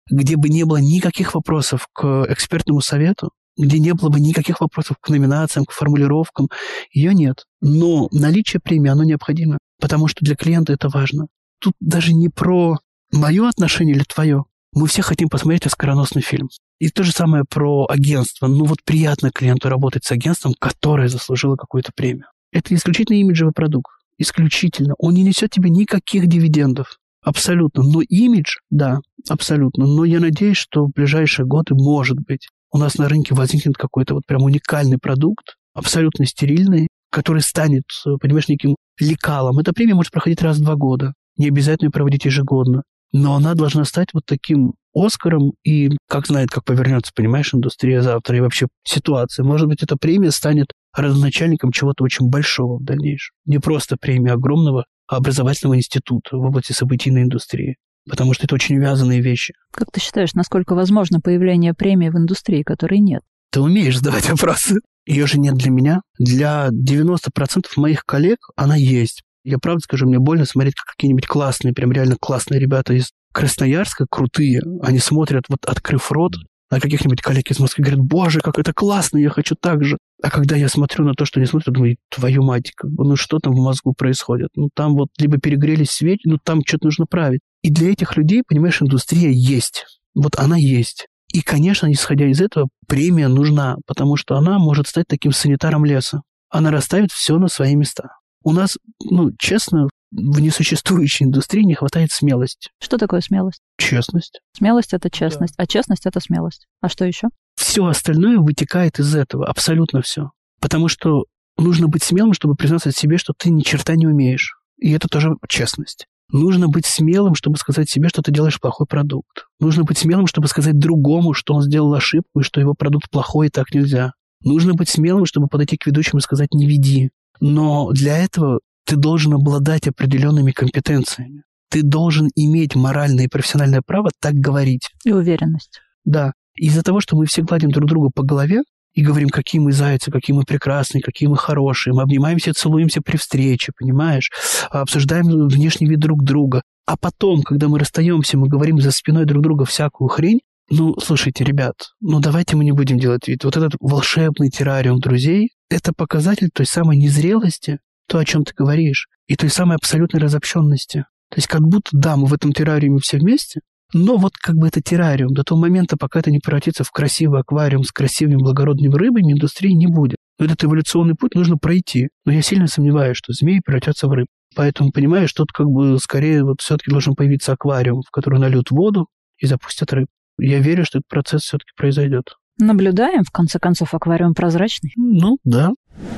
где бы не было никаких вопросов к экспертному совету, где не было бы никаких вопросов к номинациям, к формулировкам, ее нет. Но наличие премии, оно необходимо, потому что для клиента это важно. Тут даже не про мое отношение или твое. Мы все хотим посмотреть оскароносный фильм. И то же самое про агентство. Ну вот приятно клиенту работать с агентством, которое заслужило какую-то премию. Это исключительно имиджевый продукт. Исключительно. Он не несет тебе никаких дивидендов. Абсолютно. Но имидж, да, абсолютно. Но я надеюсь, что в ближайшие годы, может быть, у нас на рынке возникнет какой-то вот прям уникальный продукт, абсолютно стерильный, который станет, понимаешь, неким лекалом. Эта премия может проходить раз в 2 года. Не обязательно ее проводить ежегодно. Но она должна стать вот таким Оскаром, и как знает, как повернется, понимаешь, индустрия завтра и вообще ситуация. Может быть, эта премия станет родоначальником чего-то очень большого в дальнейшем. Не просто премия огромного образовательного института в области событийной индустрии. Потому что это очень увязанные вещи. Как ты считаешь, насколько возможно появление премии в индустрии, которой нет? Ты умеешь задавать вопросы. Ее же нет для меня. Для 90% моих коллег она есть. Я правда скажу, мне больно смотреть, как какие-нибудь классные, прям реально классные ребята из Красноярска, крутые. Они смотрят, вот открыв рот, на каких-нибудь коллег из Москвы, говорят: боже, как это классно, я хочу так же. А когда я смотрю на то, что они смотрят, думаю: твою мать, как бы, ну что там в мозгу происходит? Ну там вот либо перегрелись свечи, ну там что-то нужно править. И для этих людей, понимаешь, индустрия есть. Вот она есть. И, конечно, исходя из этого, премия нужна, потому что она может стать таким санитаром леса. Она расставит все на свои места. У нас, ну, честно, в несуществующей индустрии не хватает смелости. Что такое смелость? Честность. Смелость — это честность, да. А честность — это смелость. А что еще? Все остальное вытекает из этого, абсолютно все. Потому что нужно быть смелым, чтобы признаться себе, что ты ни черта не умеешь. И это тоже честность. Нужно быть смелым, чтобы сказать себе, что ты делаешь плохой продукт. Нужно быть смелым, чтобы сказать другому, что он сделал ошибку и что его продукт плохой, и так нельзя. Нужно быть смелым, чтобы подойти к ведущему и сказать: не веди. Но для этого ты должен обладать определенными компетенциями. Ты должен иметь моральное и профессиональное право так говорить. И уверенность. Да. Из-за того, что мы все гладим друг друга по голове и говорим, какие мы зайцы, какие мы прекрасные, какие мы хорошие, мы обнимаемся, целуемся при встрече, понимаешь? Обсуждаем внешний вид друг друга. А потом, когда мы расстаемся, мы говорим за спиной друг друга всякую хрень. Ну, слушайте, ребят, ну давайте мы не будем делать вид. Вот этот волшебный террариум друзей — это показатель той самой незрелости, то, о чем ты говоришь, и той самой абсолютной разобщенности. То есть как будто, да, мы в этом террариуме все вместе, но вот как бы это террариум. До того момента, пока это не превратится в красивый аквариум с красивыми благородными рыбами, индустрии не будет. Но этот эволюционный путь нужно пройти. Но я сильно сомневаюсь, что змеи превратятся в рыб. Поэтому, понимаешь, тут как бы скорее вот все-таки должен появиться аквариум, в который нальют воду и запустят рыб. Я верю, что этот процесс все-таки произойдет. Наблюдаем, в конце концов, аквариум прозрачный. Ну, да.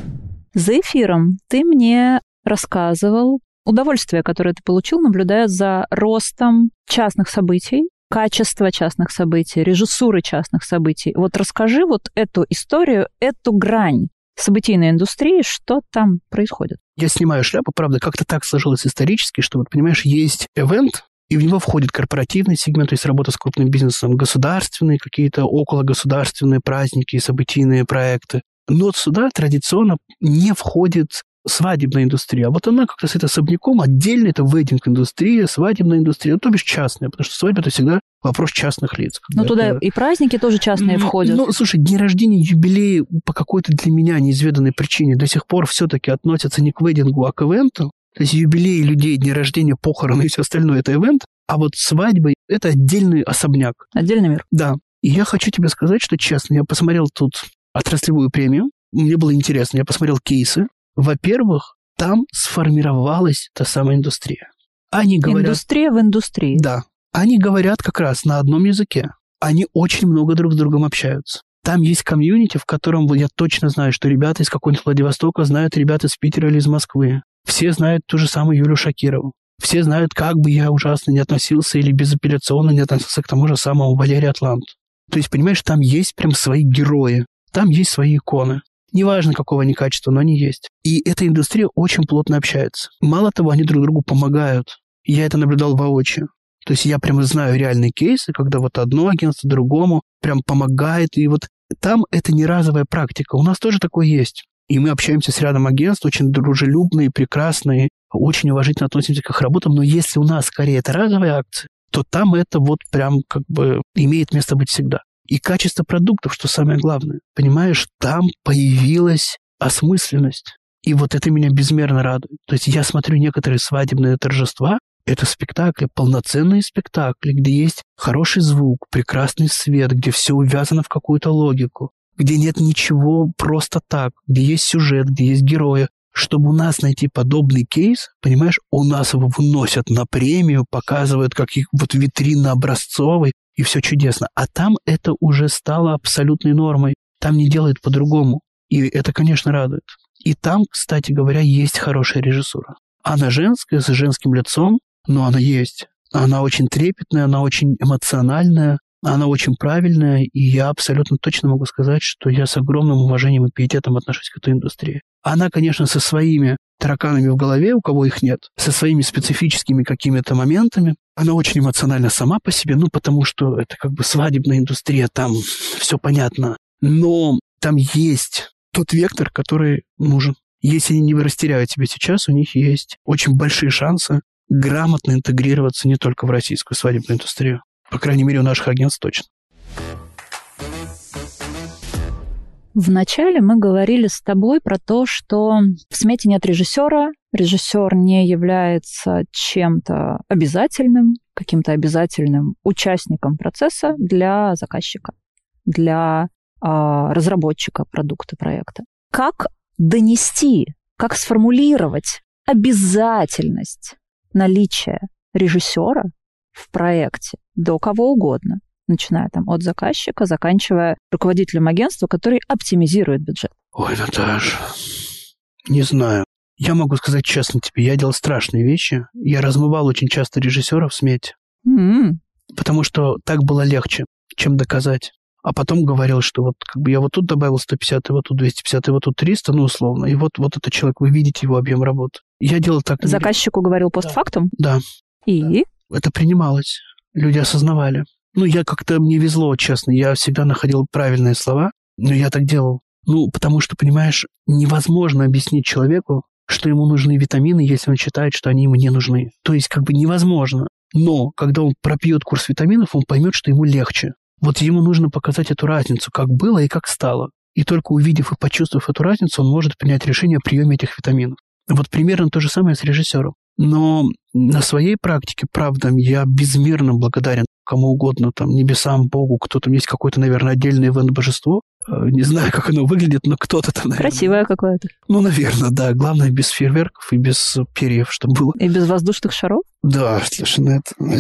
За эфиром ты мне рассказывал удовольствие, которое ты получил, наблюдая за ростом частных событий, качества частных событий, режиссуры частных событий. Вот расскажи вот эту историю, эту грань событийной индустрии, что там происходит. Я снимаю шляпу, правда, как-то так сложилось исторически, что вот, понимаешь, есть ивент, и в него входит корпоративный сегмент, то есть работа с крупным бизнесом, государственные какие-то окологосударственные праздники, событийные проекты. Но сюда традиционно не входит свадебная индустрия. А вот она как-то с особняком отдельно, это вейдинг-индустрия, свадебная индустрия, ну, то бишь частная, потому что свадьба — это всегда вопрос частных лиц. Но туда и праздники тоже частные входят. Ну, слушай, дни рождения, юбилеи по какой-то для меня неизведанной причине до сих пор все-таки относятся не к вейдингу, а к ивенту. То есть юбилеи людей, дни рождения, похороны и все остальное — это ивент, а вот свадьба — это отдельный особняк. Отдельный мир. Да. И я хочу тебе сказать, что честно, я посмотрел тут отраслевую премию, мне было интересно, я посмотрел кейсы. Во-первых, там сформировалась та самая индустрия. Они говорят... Индустрия в индустрии. Да. Они говорят как раз на одном языке. Они очень много друг с другом общаются. Там есть комьюнити, в котором я точно знаю, что ребята из какого-нибудь Владивостока знают ребят из Питера или из Москвы. Все знают ту же самую Юлю Шакирову. Все знают, как бы я ужасно не относился или безапелляционно не относился к тому же самому Валерию Атланту. То есть, понимаешь, там есть прям свои герои. Там есть свои иконы. Неважно, какого они качества, но они есть. И эта индустрия очень плотно общается. Мало того, они друг другу помогают. Я это наблюдал воочию. То есть я прямо знаю реальные кейсы, когда вот одно агентство другому прям помогает. И вот там это не разовая практика. У нас тоже такое есть. И мы общаемся с рядом агентств, очень дружелюбные, прекрасные, очень уважительно относимся к их работам. Но если у нас скорее это разовая акция, то там это вот прям как бы имеет место быть всегда. И качество продуктов, что самое главное. Понимаешь, там появилась осмысленность. И вот это меня безмерно радует. То есть я смотрю некоторые свадебные торжества, это спектакли, полноценные спектакли, где есть хороший звук, прекрасный свет, где все увязано в какую-то логику, где нет ничего просто так, где есть сюжет, где есть герои. Чтобы у нас найти подобный кейс, понимаешь, у нас его выносят на премию, показывают как их вот витринно-образцовый, и все чудесно. А там это уже стало абсолютной нормой. Там не делают по-другому. И это, конечно, радует. И там, кстати говоря, есть хорошая режиссура. Она женская, с женским лицом, но она есть. Она очень трепетная, она очень эмоциональная, она очень правильная, и я абсолютно точно могу сказать, что я с огромным уважением и пиететом отношусь к этой индустрии. Она, конечно, со своими тараканами в голове, у кого их нет, со своими специфическими какими-то моментами. Она очень эмоциональна сама по себе, потому что это как бы свадебная индустрия, там все понятно. Но там есть тот вектор, который нужен. Если они не растеряют себя сейчас, у них есть очень большие шансы грамотно интегрироваться не только в российскую свадебную индустрию. По крайней мере, у наших агентств точно. Вначале мы говорили с тобой про то, что в смете нет режиссера, режиссер не является чем-то обязательным, каким-то обязательным участником процесса для заказчика, для разработчика продукта, проекта. Как донести, как сформулировать обязательность наличия режиссера в проекте до кого угодно, начиная там от заказчика, заканчивая руководителем агентства, который оптимизирует бюджет? Ой, Наташ, не знаю. Я могу сказать честно тебе, я делал страшные вещи. Я размывал очень часто режиссеров в смете. Потому что так было легче, чем доказать. А потом говорил, что вот как бы я вот тут добавил 150, и вот тут 250, и вот тут 300, условно. И вот этот человек, вы видите его объем работы. Я делал так. Заказчику говорил постфактум? Да. И? Это принималось. Люди осознавали. Я как-то, мне везло, честно. Я всегда находил правильные слова, но я так делал. Потому что, понимаешь, невозможно объяснить человеку, что ему нужны витамины, если он считает, что они ему не нужны. То есть, как бы невозможно. Но, когда он пропьет курс витаминов, он поймет, что ему легче. Вот ему нужно показать эту разницу, как было и как стало. И только увидев и почувствовав эту разницу, он может принять решение о приеме этих витаминов. Вот примерно то же самое с режиссером. Но на своей практике, правда, я безмерно благодарен кому угодно, там, небесам, Богу, кто-то, есть какое-то, наверное, отдельное ивент-божество. Не знаю, как оно выглядит, но кто-то там, наверное... Красивое какое-то. Наверное, да. Главное, без фейерверков и без перьев, чтобы было. И без воздушных шаров? Да, слушай,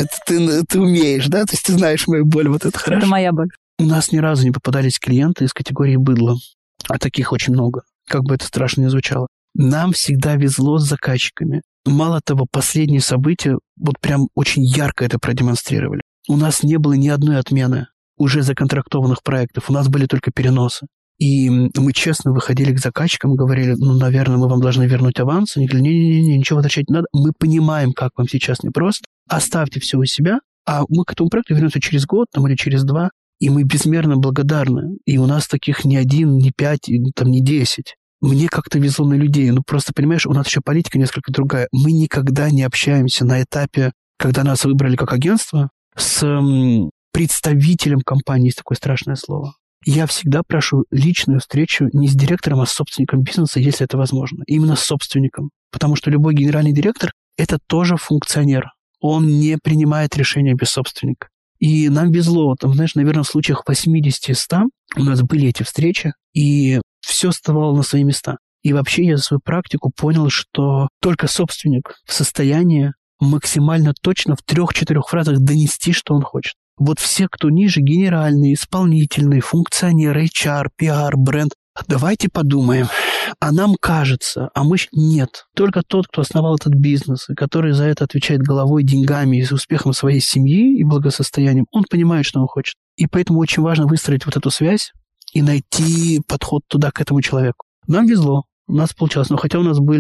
это ты умеешь, да? То есть ты знаешь мою боль, вот это хорошо. Это моя боль. У нас ни разу не попадались клиенты из категории быдло. А таких очень много. Как бы это страшно ни звучало. Нам всегда везло с заказчиками. Мало того, последние события вот прям очень ярко это продемонстрировали. У нас не было ни одной отмены уже законтрактованных проектов. У нас были только переносы. И мы честно выходили к заказчикам и говорили, наверное, мы вам должны вернуть аванс. Они говорили, не-не-не, ничего возвращать не надо. Мы понимаем, как вам сейчас непросто. Оставьте все у себя, а мы к этому проекту вернемся через год или через 2. И мы безмерно благодарны. И у нас таких не 1, не 5, не 10. Мне как-то везло на людей. Просто, понимаешь, у нас еще политика несколько другая. Мы никогда не общаемся на этапе, когда нас выбрали как агентство, с представителем компании, есть такое страшное слово. Я всегда прошу личную встречу не с директором, а с собственником бизнеса, если это возможно. Именно с собственником. Потому что любой генеральный директор – это тоже функционер. Он не принимает решения без собственника. И нам везло. Наверное, в случаях 80-100 у нас были эти встречи, и все вставало на свои места. И вообще я за свою практику понял, что только собственник в состоянии максимально точно в 3-4 фразах донести, что он хочет. Вот все, кто ниже, генеральные, исполнительные, функционеры, HR, PR, бренд, давайте подумаем. А нам кажется, а мы нет. Только тот, кто основал этот бизнес, и который за это отвечает головой, деньгами и успехом своей семьи и благосостоянием, он понимает, что он хочет. И поэтому очень важно выстроить вот эту связь и найти подход туда, к этому человеку. Нам везло, у нас получалось. Но хотя у нас были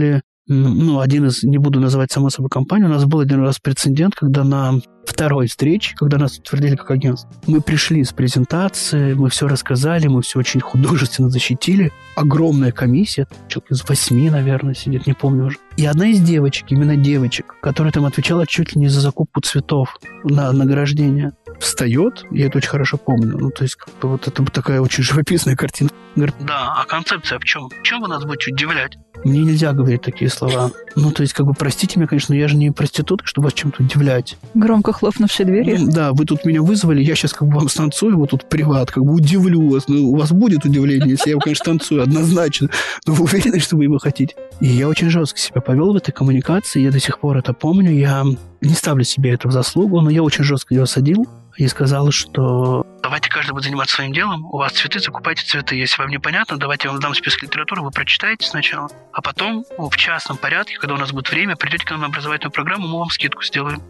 один из, не буду называть само собой компанию, у нас был один раз прецедент, когда на второй встрече, когда нас утвердили как агентство, мы пришли с презентацией, мы все рассказали, мы все очень художественно защитили. Огромная комиссия, человек из 8, наверное, сидит, не помню уже. И одна из девочек, именно девочек, которая там отвечала чуть ли не за закупку цветов на награждение, встает, я это очень хорошо помню, то есть вот это такая очень живописная картина. Говорит, да, а концепция в чем? В чем вы нас будете удивлять? Мне нельзя говорить такие слова. То есть, простите меня, конечно, но я же не проститутка, чтобы вас чем-то удивлять. Громко хлопнувшей дверью. Да, вы тут меня вызвали, я сейчас вам станцую, вот тут приват, удивлю вас. У вас будет удивление, если я, конечно, танцую, однозначно. Но вы уверены, что вы его хотите? И я очень жестко себя повел в этой коммуникации, я до сих пор это помню, я не ставлю себе это в заслугу, но я очень жестко ее осадил и сказал, что давайте каждый будет заниматься своим делом, у вас цветы, закупайте цветы. Если вам непонятно, давайте я вам дам список литературы, вы прочитаете сначала, а потом в частном порядке, когда у нас будет время, придете к нам на образовательную программу, мы вам скидку сделаем.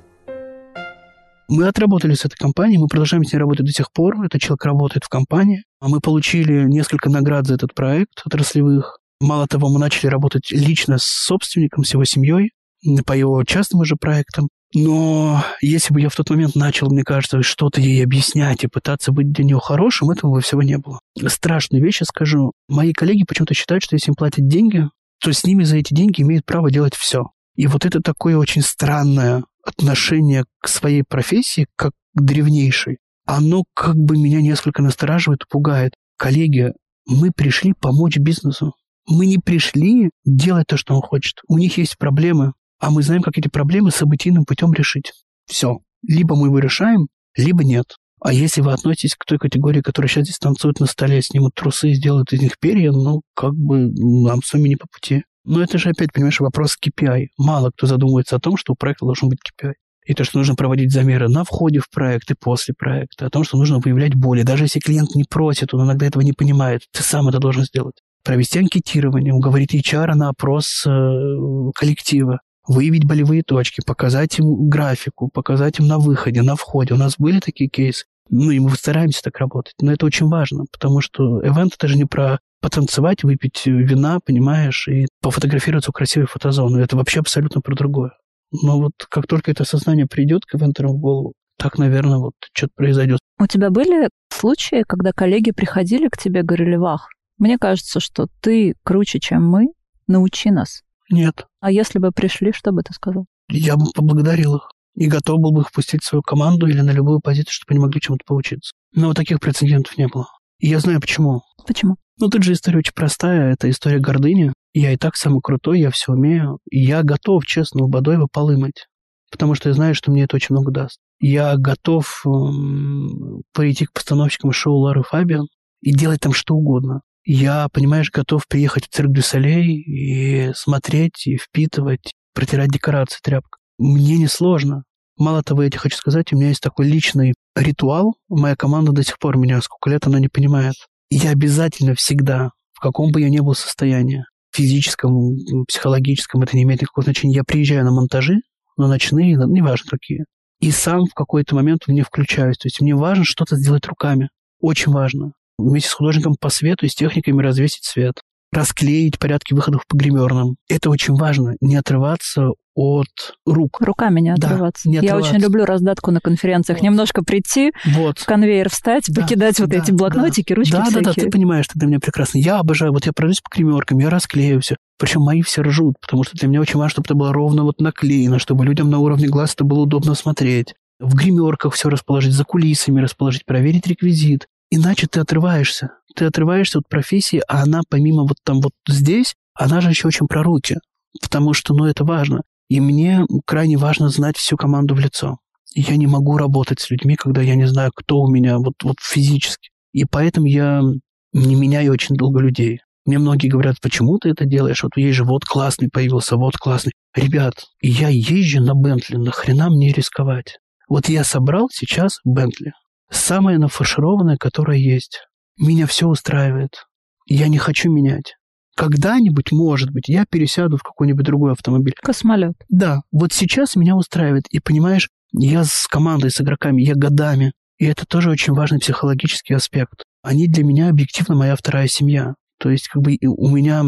Мы отработали с этой компанией, мы продолжаем с ней работать до сих пор. Этот человек работает в компании. Мы получили несколько наград за этот проект отраслевых. Мало того, мы начали работать лично с собственником, с его семьей, по его частным уже проектам. Но если бы я в тот момент начал, мне кажется, что-то ей объяснять и пытаться быть для нее хорошим, этого бы всего не было. Страшную вещь я скажу. Мои коллеги почему-то считают, что если им платят деньги, то с ними за эти деньги имеют право делать все. И вот это такое очень странное отношение к своей профессии, как к древнейшей. Оно меня несколько настораживает и пугает. Коллеги, мы пришли помочь бизнесу. Мы не пришли делать то, что он хочет. У них есть проблемы. А мы знаем, как эти проблемы событийным путем решить. Все. Либо мы его решаем, либо нет. А если вы относитесь к той категории, которая сейчас здесь танцует на столе, снимут трусы и сделают из них перья, нам с вами не по пути. Но это же опять, понимаешь, вопрос KPI. Мало кто задумывается о том, что у проекта должен быть KPI. И то, что нужно проводить замеры на входе в проект и после проекта. О том, что нужно выявлять боли. Даже если клиент не просит, он иногда этого не понимает. Ты сам это должен сделать. Провести анкетирование, уговорить HR на опрос коллектива. Выявить болевые точки, показать им графику, показать им на выходе, на входе. У нас были такие кейсы. И мы стараемся так работать. Но это очень важно, потому что ивент — это же не про потанцевать, выпить вина, понимаешь, и пофотографироваться у красивой фотозоны. Это вообще абсолютно про другое. Но как только это сознание придет к ивентерам в голову, так, наверное, что-то произойдет. У тебя были случаи, когда коллеги приходили к тебе и говорили: Вах, мне кажется, что ты круче, чем мы, научи нас. Нет. А если бы пришли, что бы ты сказал? Я бы поблагодарил их. И готов был бы их впустить в свою команду или на любую позицию, чтобы они могли чему-то поучиться. Но таких прецедентов не было. И я знаю, почему. Почему? Тут же история очень простая. Это история гордыни. Я и так самый крутой, я все умею. И я готов, честно, у Бадоева полы мыть. Потому что я знаю, что мне это очень много даст. Я готов прийти к постановщикам шоу Лары Фабиан и делать там что угодно. Я, понимаешь, готов приехать в цирк дю Солей и смотреть, и впитывать, протирать декорации тряпкой. Мне не сложно. Мало того, я тебе хочу сказать, у меня есть такой личный ритуал. Моя команда до сих пор меня, сколько лет, она не понимает. Я обязательно всегда, в каком бы я ни был состоянии, физическом, психологическом, это не имеет никакого значения, я приезжаю на монтажи, на ночные, неважно какие, и сам в какой-то момент в них включаюсь. То есть мне важно что-то сделать руками. Очень важно. Вместе с художником по свету и с техниками развесить свет, расклеить порядки выходов по гримерным. Это очень важно, не отрываться от рук. Руками не отрываться. Да, не отрываться. Я очень люблю раздатку на конференциях. Немножко прийти, в конвейер встать, покидать эти блокнотики, ручки всякие. Да, ты понимаешь, ты для меня прекрасно. Я обожаю, я пройдусь по гримеркам, я расклею все. Причем мои все ржут, потому что для меня очень важно, чтобы это было ровно наклеено, чтобы людям на уровне глаз это было удобно смотреть. В гримерках все расположить, за кулисами расположить, проверить реквизит. Иначе ты отрываешься. Ты отрываешься от профессии, а она помимо здесь, она же еще очень про руки. Потому что, это важно. И мне крайне важно знать всю команду в лицо. Я не могу работать с людьми, когда я не знаю, кто у меня физически. И поэтому я не меняю очень долго людей. Мне многие говорят: почему ты это делаешь? Есть же классный появился, классный. Ребят, я езжу на Бентли, нахрена мне рисковать? Я собрал сейчас Бентли. Самое нафаршированное, которое есть. Меня все устраивает. Я не хочу менять. Когда-нибудь, может быть, я пересяду в какой-нибудь другой автомобиль. Космолет. Да, сейчас меня устраивает. И понимаешь, я с командой, с игроками, я годами. И это тоже очень важный психологический аспект. Они для меня объективно моя вторая семья. То есть у меня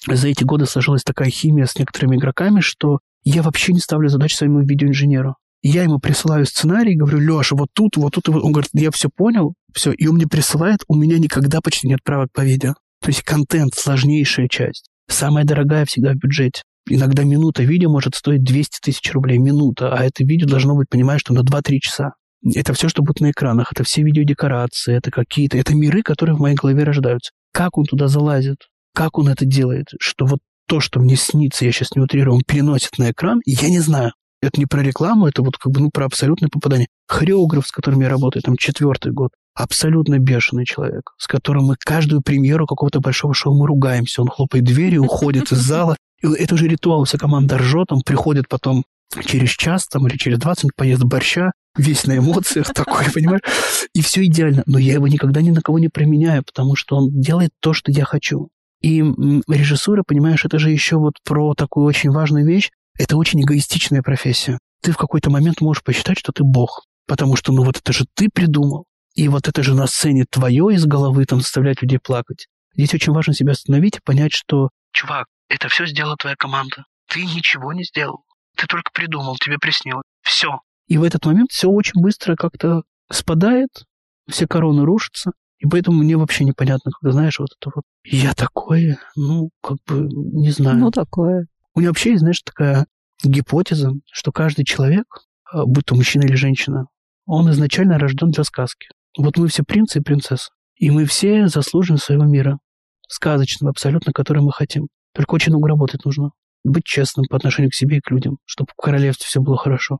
за эти годы сложилась такая химия с некоторыми игроками, что я вообще не ставлю задачу своему видеоинженеру. Я ему присылаю сценарий, говорю: Леша, вот тут. Он говорит: я все понял, все. И он мне присылает, у меня никогда почти нет правок по видео. То есть контент — сложнейшая часть. Самая дорогая всегда в бюджете. Иногда минута видео может стоить 200 тысяч рублей. Минута. А это видео должно быть, понимаешь, что на 2-3 часа. Это все, что будет на экранах. Это все видеодекорации, это какие-то... Это миры, которые в моей голове рождаются. Как он туда залазит? Как он это делает? Что вот то, что мне снится, я сейчас не утрирую, он переносит на экран, я не знаю. Это не про рекламу, это вот про абсолютное попадание. Хореограф, с которым я работаю, там 4-й год, абсолютно бешеный человек, с которым мы каждую премьеру какого-то большого шоу мы ругаемся. Он хлопает дверью, уходит из зала. И это уже ритуал, вся команда ржет, он приходит потом через час там, или через 20 минут, поест борща, весь на эмоциях такой, понимаешь? И все идеально. Но я его никогда ни на кого не променяю, потому что он делает то, что я хочу. И режиссура, понимаешь, это же еще вот про такую очень важную вещь. Это очень эгоистичная профессия. Ты в какой-то момент можешь посчитать, что ты бог. Потому что, вот это же ты придумал. И вот это же на сцене твое из головы там заставлять людей плакать. Здесь очень важно себя остановить и понять, что, чувак, это все сделала твоя команда. Ты ничего не сделал. Ты только придумал, тебе приснилось. Все. И в этот момент все очень быстро как-то спадает, все короны рушатся. И поэтому мне вообще непонятно, когда, знаешь, вот это вот я такой, не знаю. Такое. У меня вообще есть, знаешь, такая гипотеза, что каждый человек, будь то мужчина или женщина, он изначально рожден для сказки. Вот мы все принцы и принцессы. И мы все заслужены своего мира. Сказочного абсолютно, который мы хотим. Только очень много работать нужно. Быть честным по отношению к себе и к людям, чтобы в королевстве все было хорошо.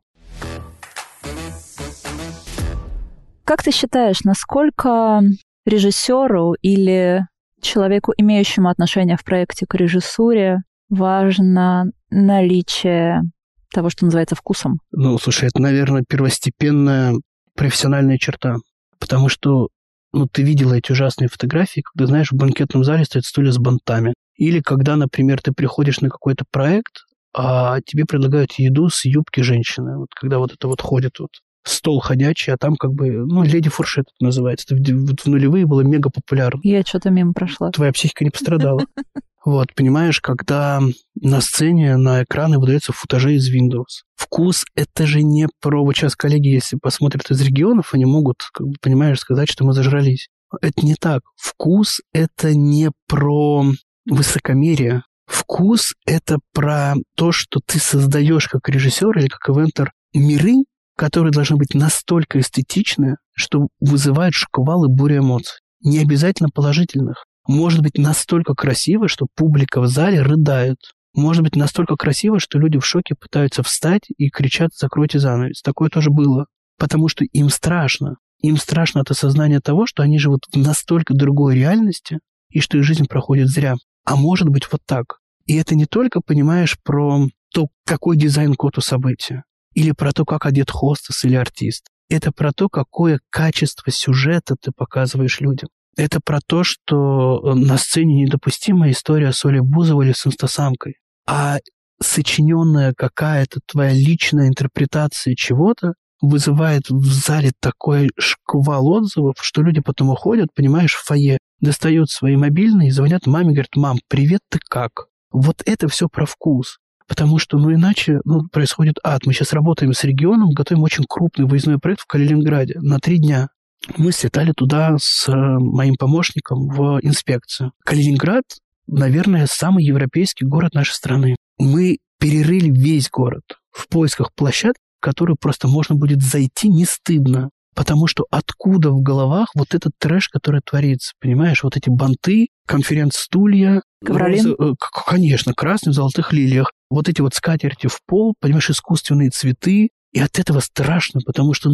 Как ты считаешь, насколько режиссеру или человеку, имеющему отношение в проекте к режиссуре, важно наличие того, что называется вкусом? Слушай, это, наверное, первостепенная профессиональная черта. Потому что, ты видела эти ужасные фотографии, когда, знаешь, в банкетном зале стоят стулья с бантами. Или когда, например, ты приходишь на какой-то проект, а тебе предлагают еду с юбки женщины. Вот когда вот это вот ходит стол ходячий, а там леди фуршет это называется. Это в нулевые было мега популярно. Я что-то мимо прошла. Твоя психика не пострадала. Вот, понимаешь, когда на сцене, на экраны выдаются футажи из Windows. Вкус — это же не про... Вот сейчас коллеги, если посмотрят из регионов, они могут, понимаешь, сказать, что мы зажрались. Это не так. Вкус — это не про высокомерие. Вкус — это про то, что ты создаешь как режиссер или как ивентер миры, которые должны быть настолько эстетичны, что вызывают шквал и бурю эмоций. Не обязательно положительных. Может быть настолько красиво, что публика в зале рыдает. Может быть настолько красиво, что люди в шоке пытаются встать и кричат: «Закройте занавес». Такое тоже было. Потому что им страшно. Им страшно от осознания того, что они живут в настолько другой реальности, и что их жизнь проходит зря. А может быть вот так. И это не только, понимаешь, про то, какой дизайн-код у события, или про то, как одет хостес или артист. Это про то, какое качество сюжета ты показываешь людям. Это про то, что на сцене недопустимая история с Олей Бузовой или с инстасамкой, а сочиненная какая-то твоя личная интерпретация чего-то вызывает в зале такой шквал отзывов, что люди потом уходят, понимаешь, в фойе, достают свои мобильные и звонят маме, говорят: «Мам, привет, ты как?» Вот это все про вкус. Потому что, иначе происходит ад. Мы сейчас работаем с регионом, готовим очень крупный выездной проект в Калининграде на 3 дня. Мы слетали туда с моим помощником в инспекцию. Калининград, наверное, самый европейский город нашей страны. Мы перерыли весь город в поисках площадки, в которую просто можно будет зайти не стыдно. Потому что откуда в головах вот этот трэш, который творится, понимаешь? Вот эти банты, конференц-стулья. Ковролин? Конечно, красный в золотых лилиях. Вот эти вот скатерти в пол, понимаешь, искусственные цветы. И от этого страшно, потому что,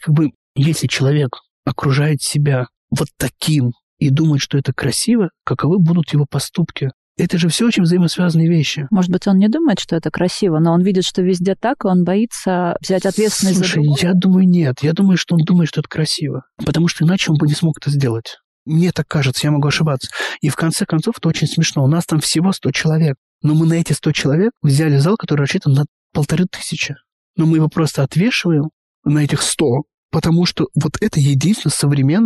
если человек окружает себя вот таким и думает, что это красиво, каковы будут его поступки? Это же все очень взаимосвязанные вещи. Может быть, он не думает, что это красиво, но он видит, что везде так, и он боится взять ответственность за другого. Я думаю, нет. Я думаю, что он думает, что это красиво. Потому что иначе он бы не смог это сделать. Мне так кажется, я могу ошибаться. И в конце концов, это очень смешно. У нас там всего 100 человек. Но мы на эти 100 человек взяли зал, который рассчитан на 1500. Но мы его просто отвешиваем на этих 100, потому что вот это единственная современная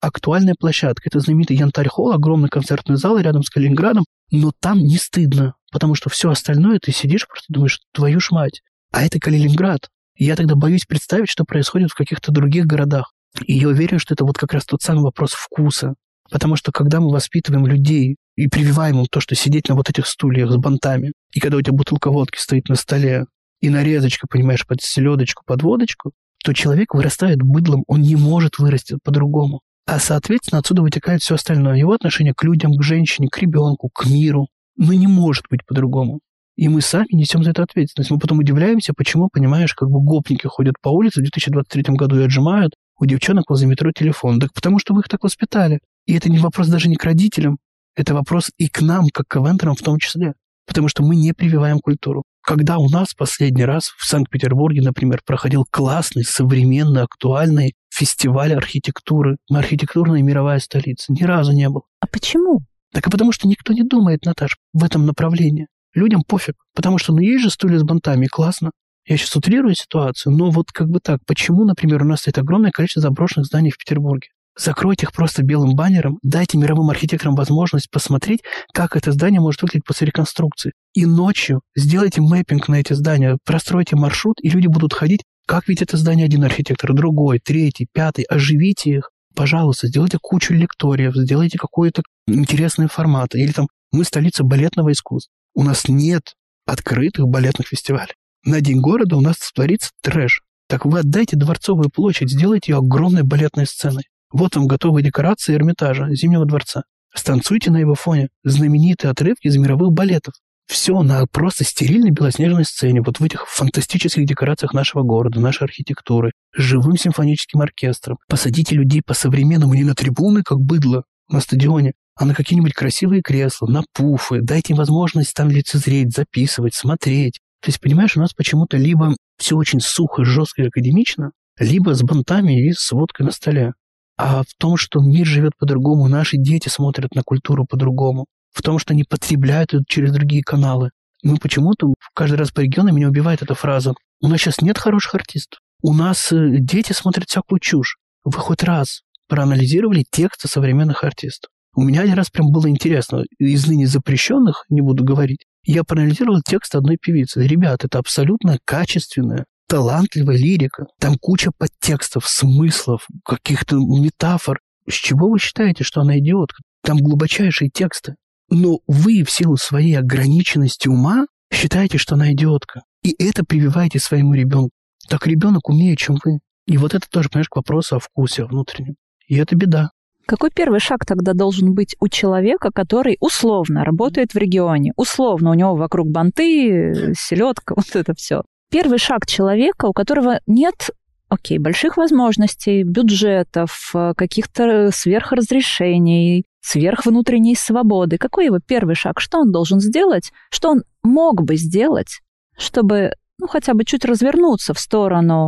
актуальная площадка. Это знаменитый Янтарь-холл, огромный концертный зал рядом с Калининградом, но там не стыдно, потому что все остальное ты сидишь просто думаешь, твою ж мать, а это Калининград. И я тогда боюсь представить, что происходит в каких-то других городах. И я уверен, что это вот как раз тот самый вопрос вкуса. Потому что когда мы воспитываем людей и прививаем им то, что сидеть на вот этих стульях с бантами, и когда у тебя бутылка водки стоит на столе, и нарезочка, понимаешь, под селедочку, под водочку, то человек вырастает быдлом, он не может вырасти по-другому. А, соответственно, отсюда вытекает все остальное. Его отношение к людям, к женщине, к ребенку, к миру. Ну, не может быть по-другому. И мы сами несем за это ответственность. Мы потом удивляемся, почему, понимаешь, как бы гопники ходят по улице в 2023 году и отжимают у девчонок возле метро телефон. Так потому что вы их так воспитали. И это не вопрос даже не к родителям. Это вопрос и к нам, как к ивентерам в том числе. Потому что мы не прививаем культуру. Когда у нас последний раз в Санкт-Петербурге, например, проходил классный, современный, актуальный фестиваль архитектуры? Мы архитектурная мировая столица. Ни разу не был. А почему? Так и потому что никто не думает, Наташ, в этом направлении. Людям пофиг, потому что, ну, есть же стулья с бантами, классно. Я сейчас утрирую ситуацию, но вот как бы так. Почему, например, у нас стоит огромное количество заброшенных зданий в Петербурге? Закройте их просто белым баннером, дайте мировым архитекторам возможность посмотреть, как это здание может выглядеть после реконструкции. И ночью сделайте мэппинг на эти здания, простройте маршрут, и люди будут ходить, как ведь это здание один архитектор, другой, третий, пятый, оживите их. Пожалуйста, сделайте кучу лекториев, сделайте какой-то интересный формат. Или там мы столица балетного искусства. У нас нет открытых балетных фестивалей. На День города у нас творится трэш. Так вы отдайте Дворцовую площадь, сделайте ее огромной балетной сценой. Вот вам готовые декорации Эрмитажа, Зимнего дворца. Станцуйте на его фоне знаменитые отрывки из мировых балетов. Все на просто стерильной белоснежной сцене, вот в этих фантастических декорациях нашего города, нашей архитектуры, с живым симфоническим оркестром. Посадите людей по-современному не на трибуны, как быдло на стадионе, а на какие-нибудь красивые кресла, на пуфы. Дайте им возможность там лицезреть, записывать, смотреть. То есть, понимаешь, у нас почему-то либо все очень сухо, жестко и академично, либо с бантами и с водкой на столе. А в том, что мир живет по-другому, наши дети смотрят на культуру по-другому, в том, что они потребляют это через другие каналы. Мы почему-то каждый раз по регионам меня убивает эта фраза. У нас сейчас нет хороших артистов. У нас дети смотрят всякую чушь. Вы хоть раз проанализировали тексты современных артистов? У меня один раз прям было интересно. Из ныне запрещенных, не буду говорить, я проанализировал текст одной певицы. Ребят, это абсолютно качественная, талантливая лирика. Там куча подтекстов, смыслов, каких-то метафор. С чего вы считаете, что она идиотка? Там глубочайшие тексты. Но вы в силу своей ограниченности ума считаете, что она идиотка. И это прививаете своему ребенку. Так ребенок умнее, чем вы. И вот это тоже, понимаешь, к вопросу о вкусе внутреннем. И это беда. Какой первый шаг тогда должен быть у человека, который условно работает в регионе? Условно, у него вокруг банты, селедка, вот это все. Первый шаг человека, у которого нет, больших возможностей, бюджетов, каких-то сверхразрешений, сверхвнутренней свободы. Какой его первый шаг? Что он должен сделать? Что он мог бы сделать, чтобы, хотя бы чуть развернуться в сторону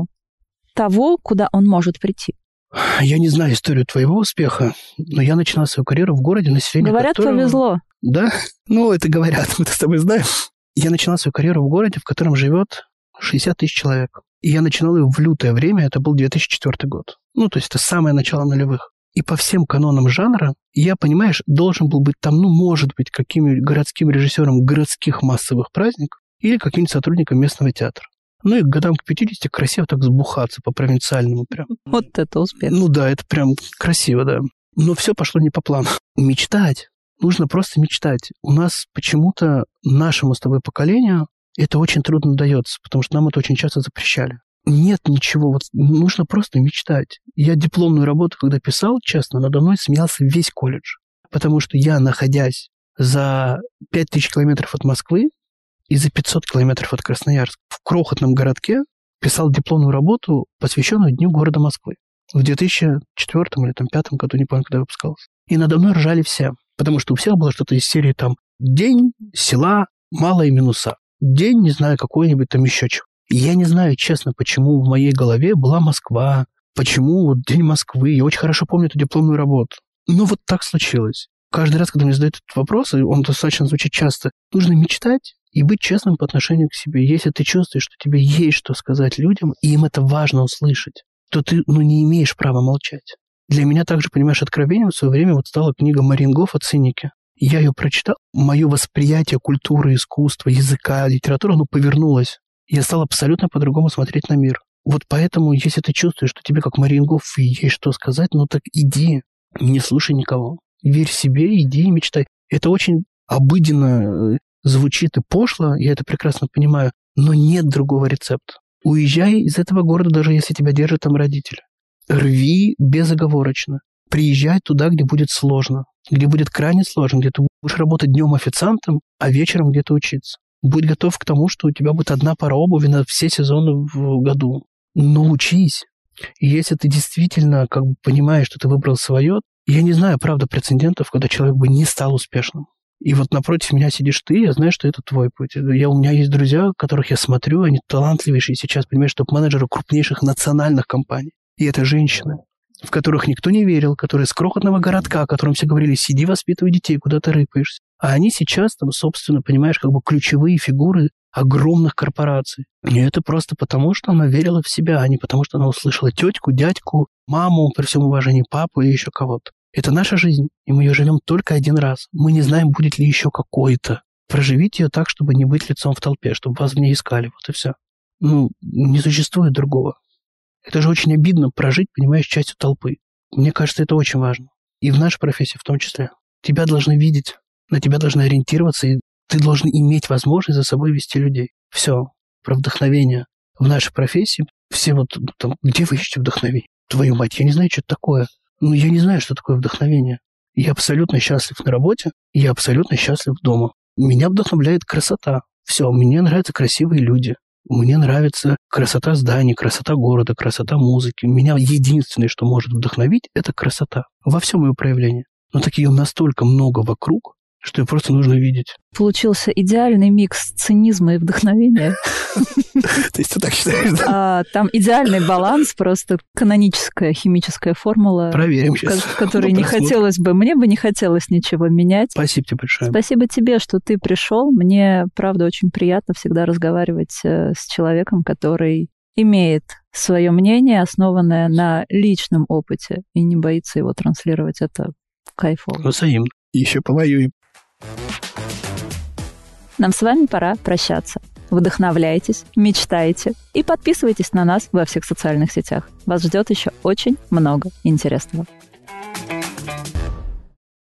того, куда он может прийти? Я не знаю историю твоего успеха, но я начинал свою карьеру в городе, население Говорят, которого... повезло. Да? Это говорят, мы-то с тобой знаем. Я начинал свою карьеру в городе, в котором живет 60 тысяч человек. И я начинал ее в лютое время, это был 2004 год. То есть это самое начало нулевых. И по всем канонам жанра я, понимаешь, должен был быть там, может быть, каким-нибудь городским режиссером городских массовых праздников или каким-нибудь сотрудником местного театра. И к годам к 50 красиво так сбухаться по-провинциальному прям. Вот это успех. Да, это прям красиво, да. Но все пошло не по плану. Мечтать. Нужно просто мечтать. У нас почему-то, нашему с тобой поколению, это очень трудно дается, потому что нам это очень часто запрещали. Нет ничего, нужно просто мечтать. Я дипломную работу, когда писал, честно, надо мной смеялся весь колледж. Потому что я, находясь за 5000 километров от Москвы и за 500 километров от Красноярска, в крохотном городке писал дипломную работу, посвященную Дню города Москвы. В 2004 или 2005 году, не помню, когда выпускался. И надо мной ржали все, потому что у всех было что-то из серии «День села, малые минуса». День, не знаю, какой-нибудь там еще чего. И я не знаю, честно, почему в моей голове была Москва, почему День Москвы. Я очень хорошо помню эту дипломную работу. Но так случилось. Каждый раз, когда мне задают этот вопрос, и он достаточно звучит часто, нужно мечтать и быть честным по отношению к себе. Если ты чувствуешь, что тебе есть что сказать людям, и им это важно услышать, то ты, не имеешь права молчать. Для меня также, понимаешь, откровением в свое время вот стала книга Марингоф о цинике. Я ее прочитал, мое восприятие культуры, искусства, языка, литературы, оно повернулось. Я стал абсолютно по-другому смотреть на мир. Вот поэтому, если ты чувствуешь, что тебе, как Марингоф, есть что сказать, ну так иди, не слушай никого. Верь себе, иди и мечтай. Это очень обыденно звучит и пошло, я это прекрасно понимаю, но нет другого рецепта. Уезжай из этого города, даже если тебя держат там родители. Рви безоговорочно. Приезжай туда, где будет сложно, где будет крайне сложно, где ты будешь работать днем официантом, а вечером где-то учиться. Будь готов к тому, что у тебя будет одна пара обуви на все сезоны в году. Но учись. И если ты действительно понимаешь, что ты выбрал свое, я не знаю, правда, прецедентов, когда человек бы не стал успешным. И вот напротив меня сидишь ты, я знаю, что это твой путь. У меня есть друзья, которых я смотрю, они талантливейшие сейчас, понимаешь, топ-менеджеры крупнейших национальных компаний. И это женщины, в которых никто не верил, которые с крохотного городка, которым все говорили, сиди, воспитывай детей, куда ты рыпаешься. А они сейчас там, собственно, понимаешь, ключевые фигуры огромных корпораций. И это просто потому, что она верила в себя, а не потому, что она услышала тетку, дядьку, маму, при всем уважении, папу или еще кого-то. Это наша жизнь, и мы ее живем только один раз. Мы не знаем, будет ли еще какой-то. Проживите ее так, чтобы не быть лицом в толпе, чтобы вас в ней искали, вот и все. Не существует другого. Это же очень обидно прожить, понимаешь, частью толпы. Мне кажется, это очень важно. И в нашей профессии в том числе. Тебя должны видеть, на тебя должны ориентироваться, и ты должен иметь возможность за собой вести людей. Все. Про вдохновение. В нашей профессии все где вы ищете вдохновение? Твою мать, я не знаю, что это такое. Я не знаю, что такое вдохновение. Я абсолютно счастлив на работе, и я абсолютно счастлив дома. Меня вдохновляет красота. Все, мне нравятся красивые люди. Мне нравится красота зданий, красота города, красота музыки. Меня единственное, что может вдохновить, это красота. Во всем ее проявлении. Но так ее настолько много вокруг, что ее просто нужно видеть. Получился идеальный микс цинизма и вдохновения. То есть ты так считаешь, да? Там идеальный баланс, просто каноническая химическая формула. Проверим сейчас. Которой не хотелось бы, мне бы не хотелось ничего менять. Спасибо тебе большое. Спасибо тебе, что ты пришел. Мне, правда, очень приятно всегда разговаривать с человеком, который имеет свое мнение, основанное на личном опыте, и не боится его транслировать. Это кайфово. Взаимно. Еще повоюем. Нам с вами пора прощаться. Вдохновляйтесь, мечтайте и подписывайтесь на нас во всех социальных сетях. Вас ждет еще очень много интересного.